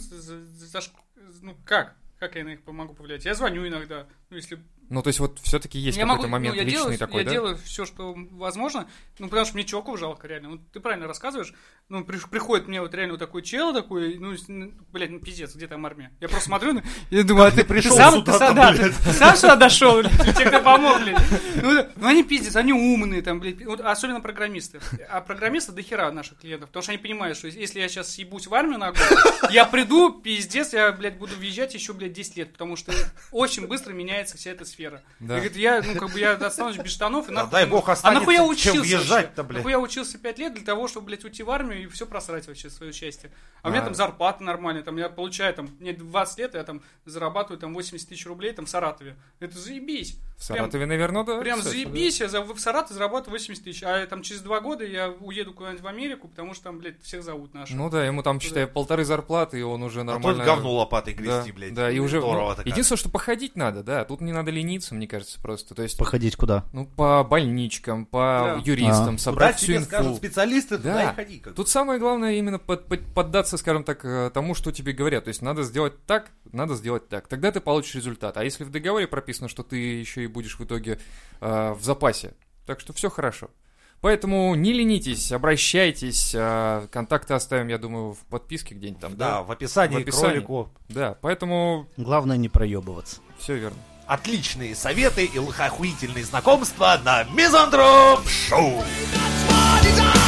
[SPEAKER 3] ну как? Как я на них помогу повлиять? Я звоню иногда, если...
[SPEAKER 1] Ну, то есть вот все-таки есть какой-то момент личный такой, да?
[SPEAKER 3] Я делаю все, что возможно, потому что мне чуваков жалко, реально. Ты правильно рассказываешь, приходит мне вот реально вот такой чел такой, блядь, пиздец, где там армия? Я просто смотрю, и думаю, а ты пришел сюда, ты сам сюда дошел, тебе кто помог, блядь? Ну, они пиздец, они умные, там, блядь, особенно программисты. А программисты дохера наших клиентов, потому что они понимают, что если я сейчас съебусь в армию на год, я приду, пиздец, я, блядь, буду въезжать еще, блядь, 10 лет, потому что очень быстро меняется вся эта сфера.
[SPEAKER 1] Да.
[SPEAKER 3] И говорит, я останусь без штанов. И
[SPEAKER 2] дай бог останется,
[SPEAKER 3] нахуй я учился
[SPEAKER 2] чем въезжать-то, блядь.
[SPEAKER 3] Нахуй я учился 5 лет для того, чтобы, блядь, уйти в армию и все просрать вообще свое счастье. А у меня там зарплата нормальная, там я получаю, там, мне 20 лет, я там зарабатываю там 80 тысяч рублей там в Саратове. Это заебись.
[SPEAKER 1] В Саратове, наверное, да.
[SPEAKER 3] Прям заебись, да. Я в Саратове зарабатываю 80 тысяч, а там через 2 года я уеду куда-нибудь в Америку, потому что там, блядь, всех зовут наши.
[SPEAKER 1] Ну да, ему там, считай, 1,5 зарплаты, и он уже нормально...
[SPEAKER 2] А тут говно лопатой грести,
[SPEAKER 1] да,
[SPEAKER 2] блядь.
[SPEAKER 1] Да, и уже...
[SPEAKER 2] Здорово-то
[SPEAKER 1] единственное, что походить надо, да, тут не надо лениться, мне кажется, просто. То есть...
[SPEAKER 4] Походить куда?
[SPEAKER 1] Ну, по больничкам, по юристам, собрать всю инфу.
[SPEAKER 2] Скажут специалисты, туда и ходи.
[SPEAKER 1] Тут самое главное именно поддаться, скажем так, тому, что тебе говорят. То есть надо сделать так, надо сделать так. Тогда ты получишь результат. А если в договоре прописано, что ты еще и будешь в итоге в запасе, так что все хорошо. Поэтому не ленитесь, обращайтесь. Контакты оставим, я думаю, в подписке где-нибудь там.
[SPEAKER 2] Да, в описании к ролику.
[SPEAKER 1] Да, поэтому...
[SPEAKER 4] Главное не проебываться.
[SPEAKER 1] Все верно.
[SPEAKER 2] Отличные советы и охуительные знакомства на Мизантроп Шоу.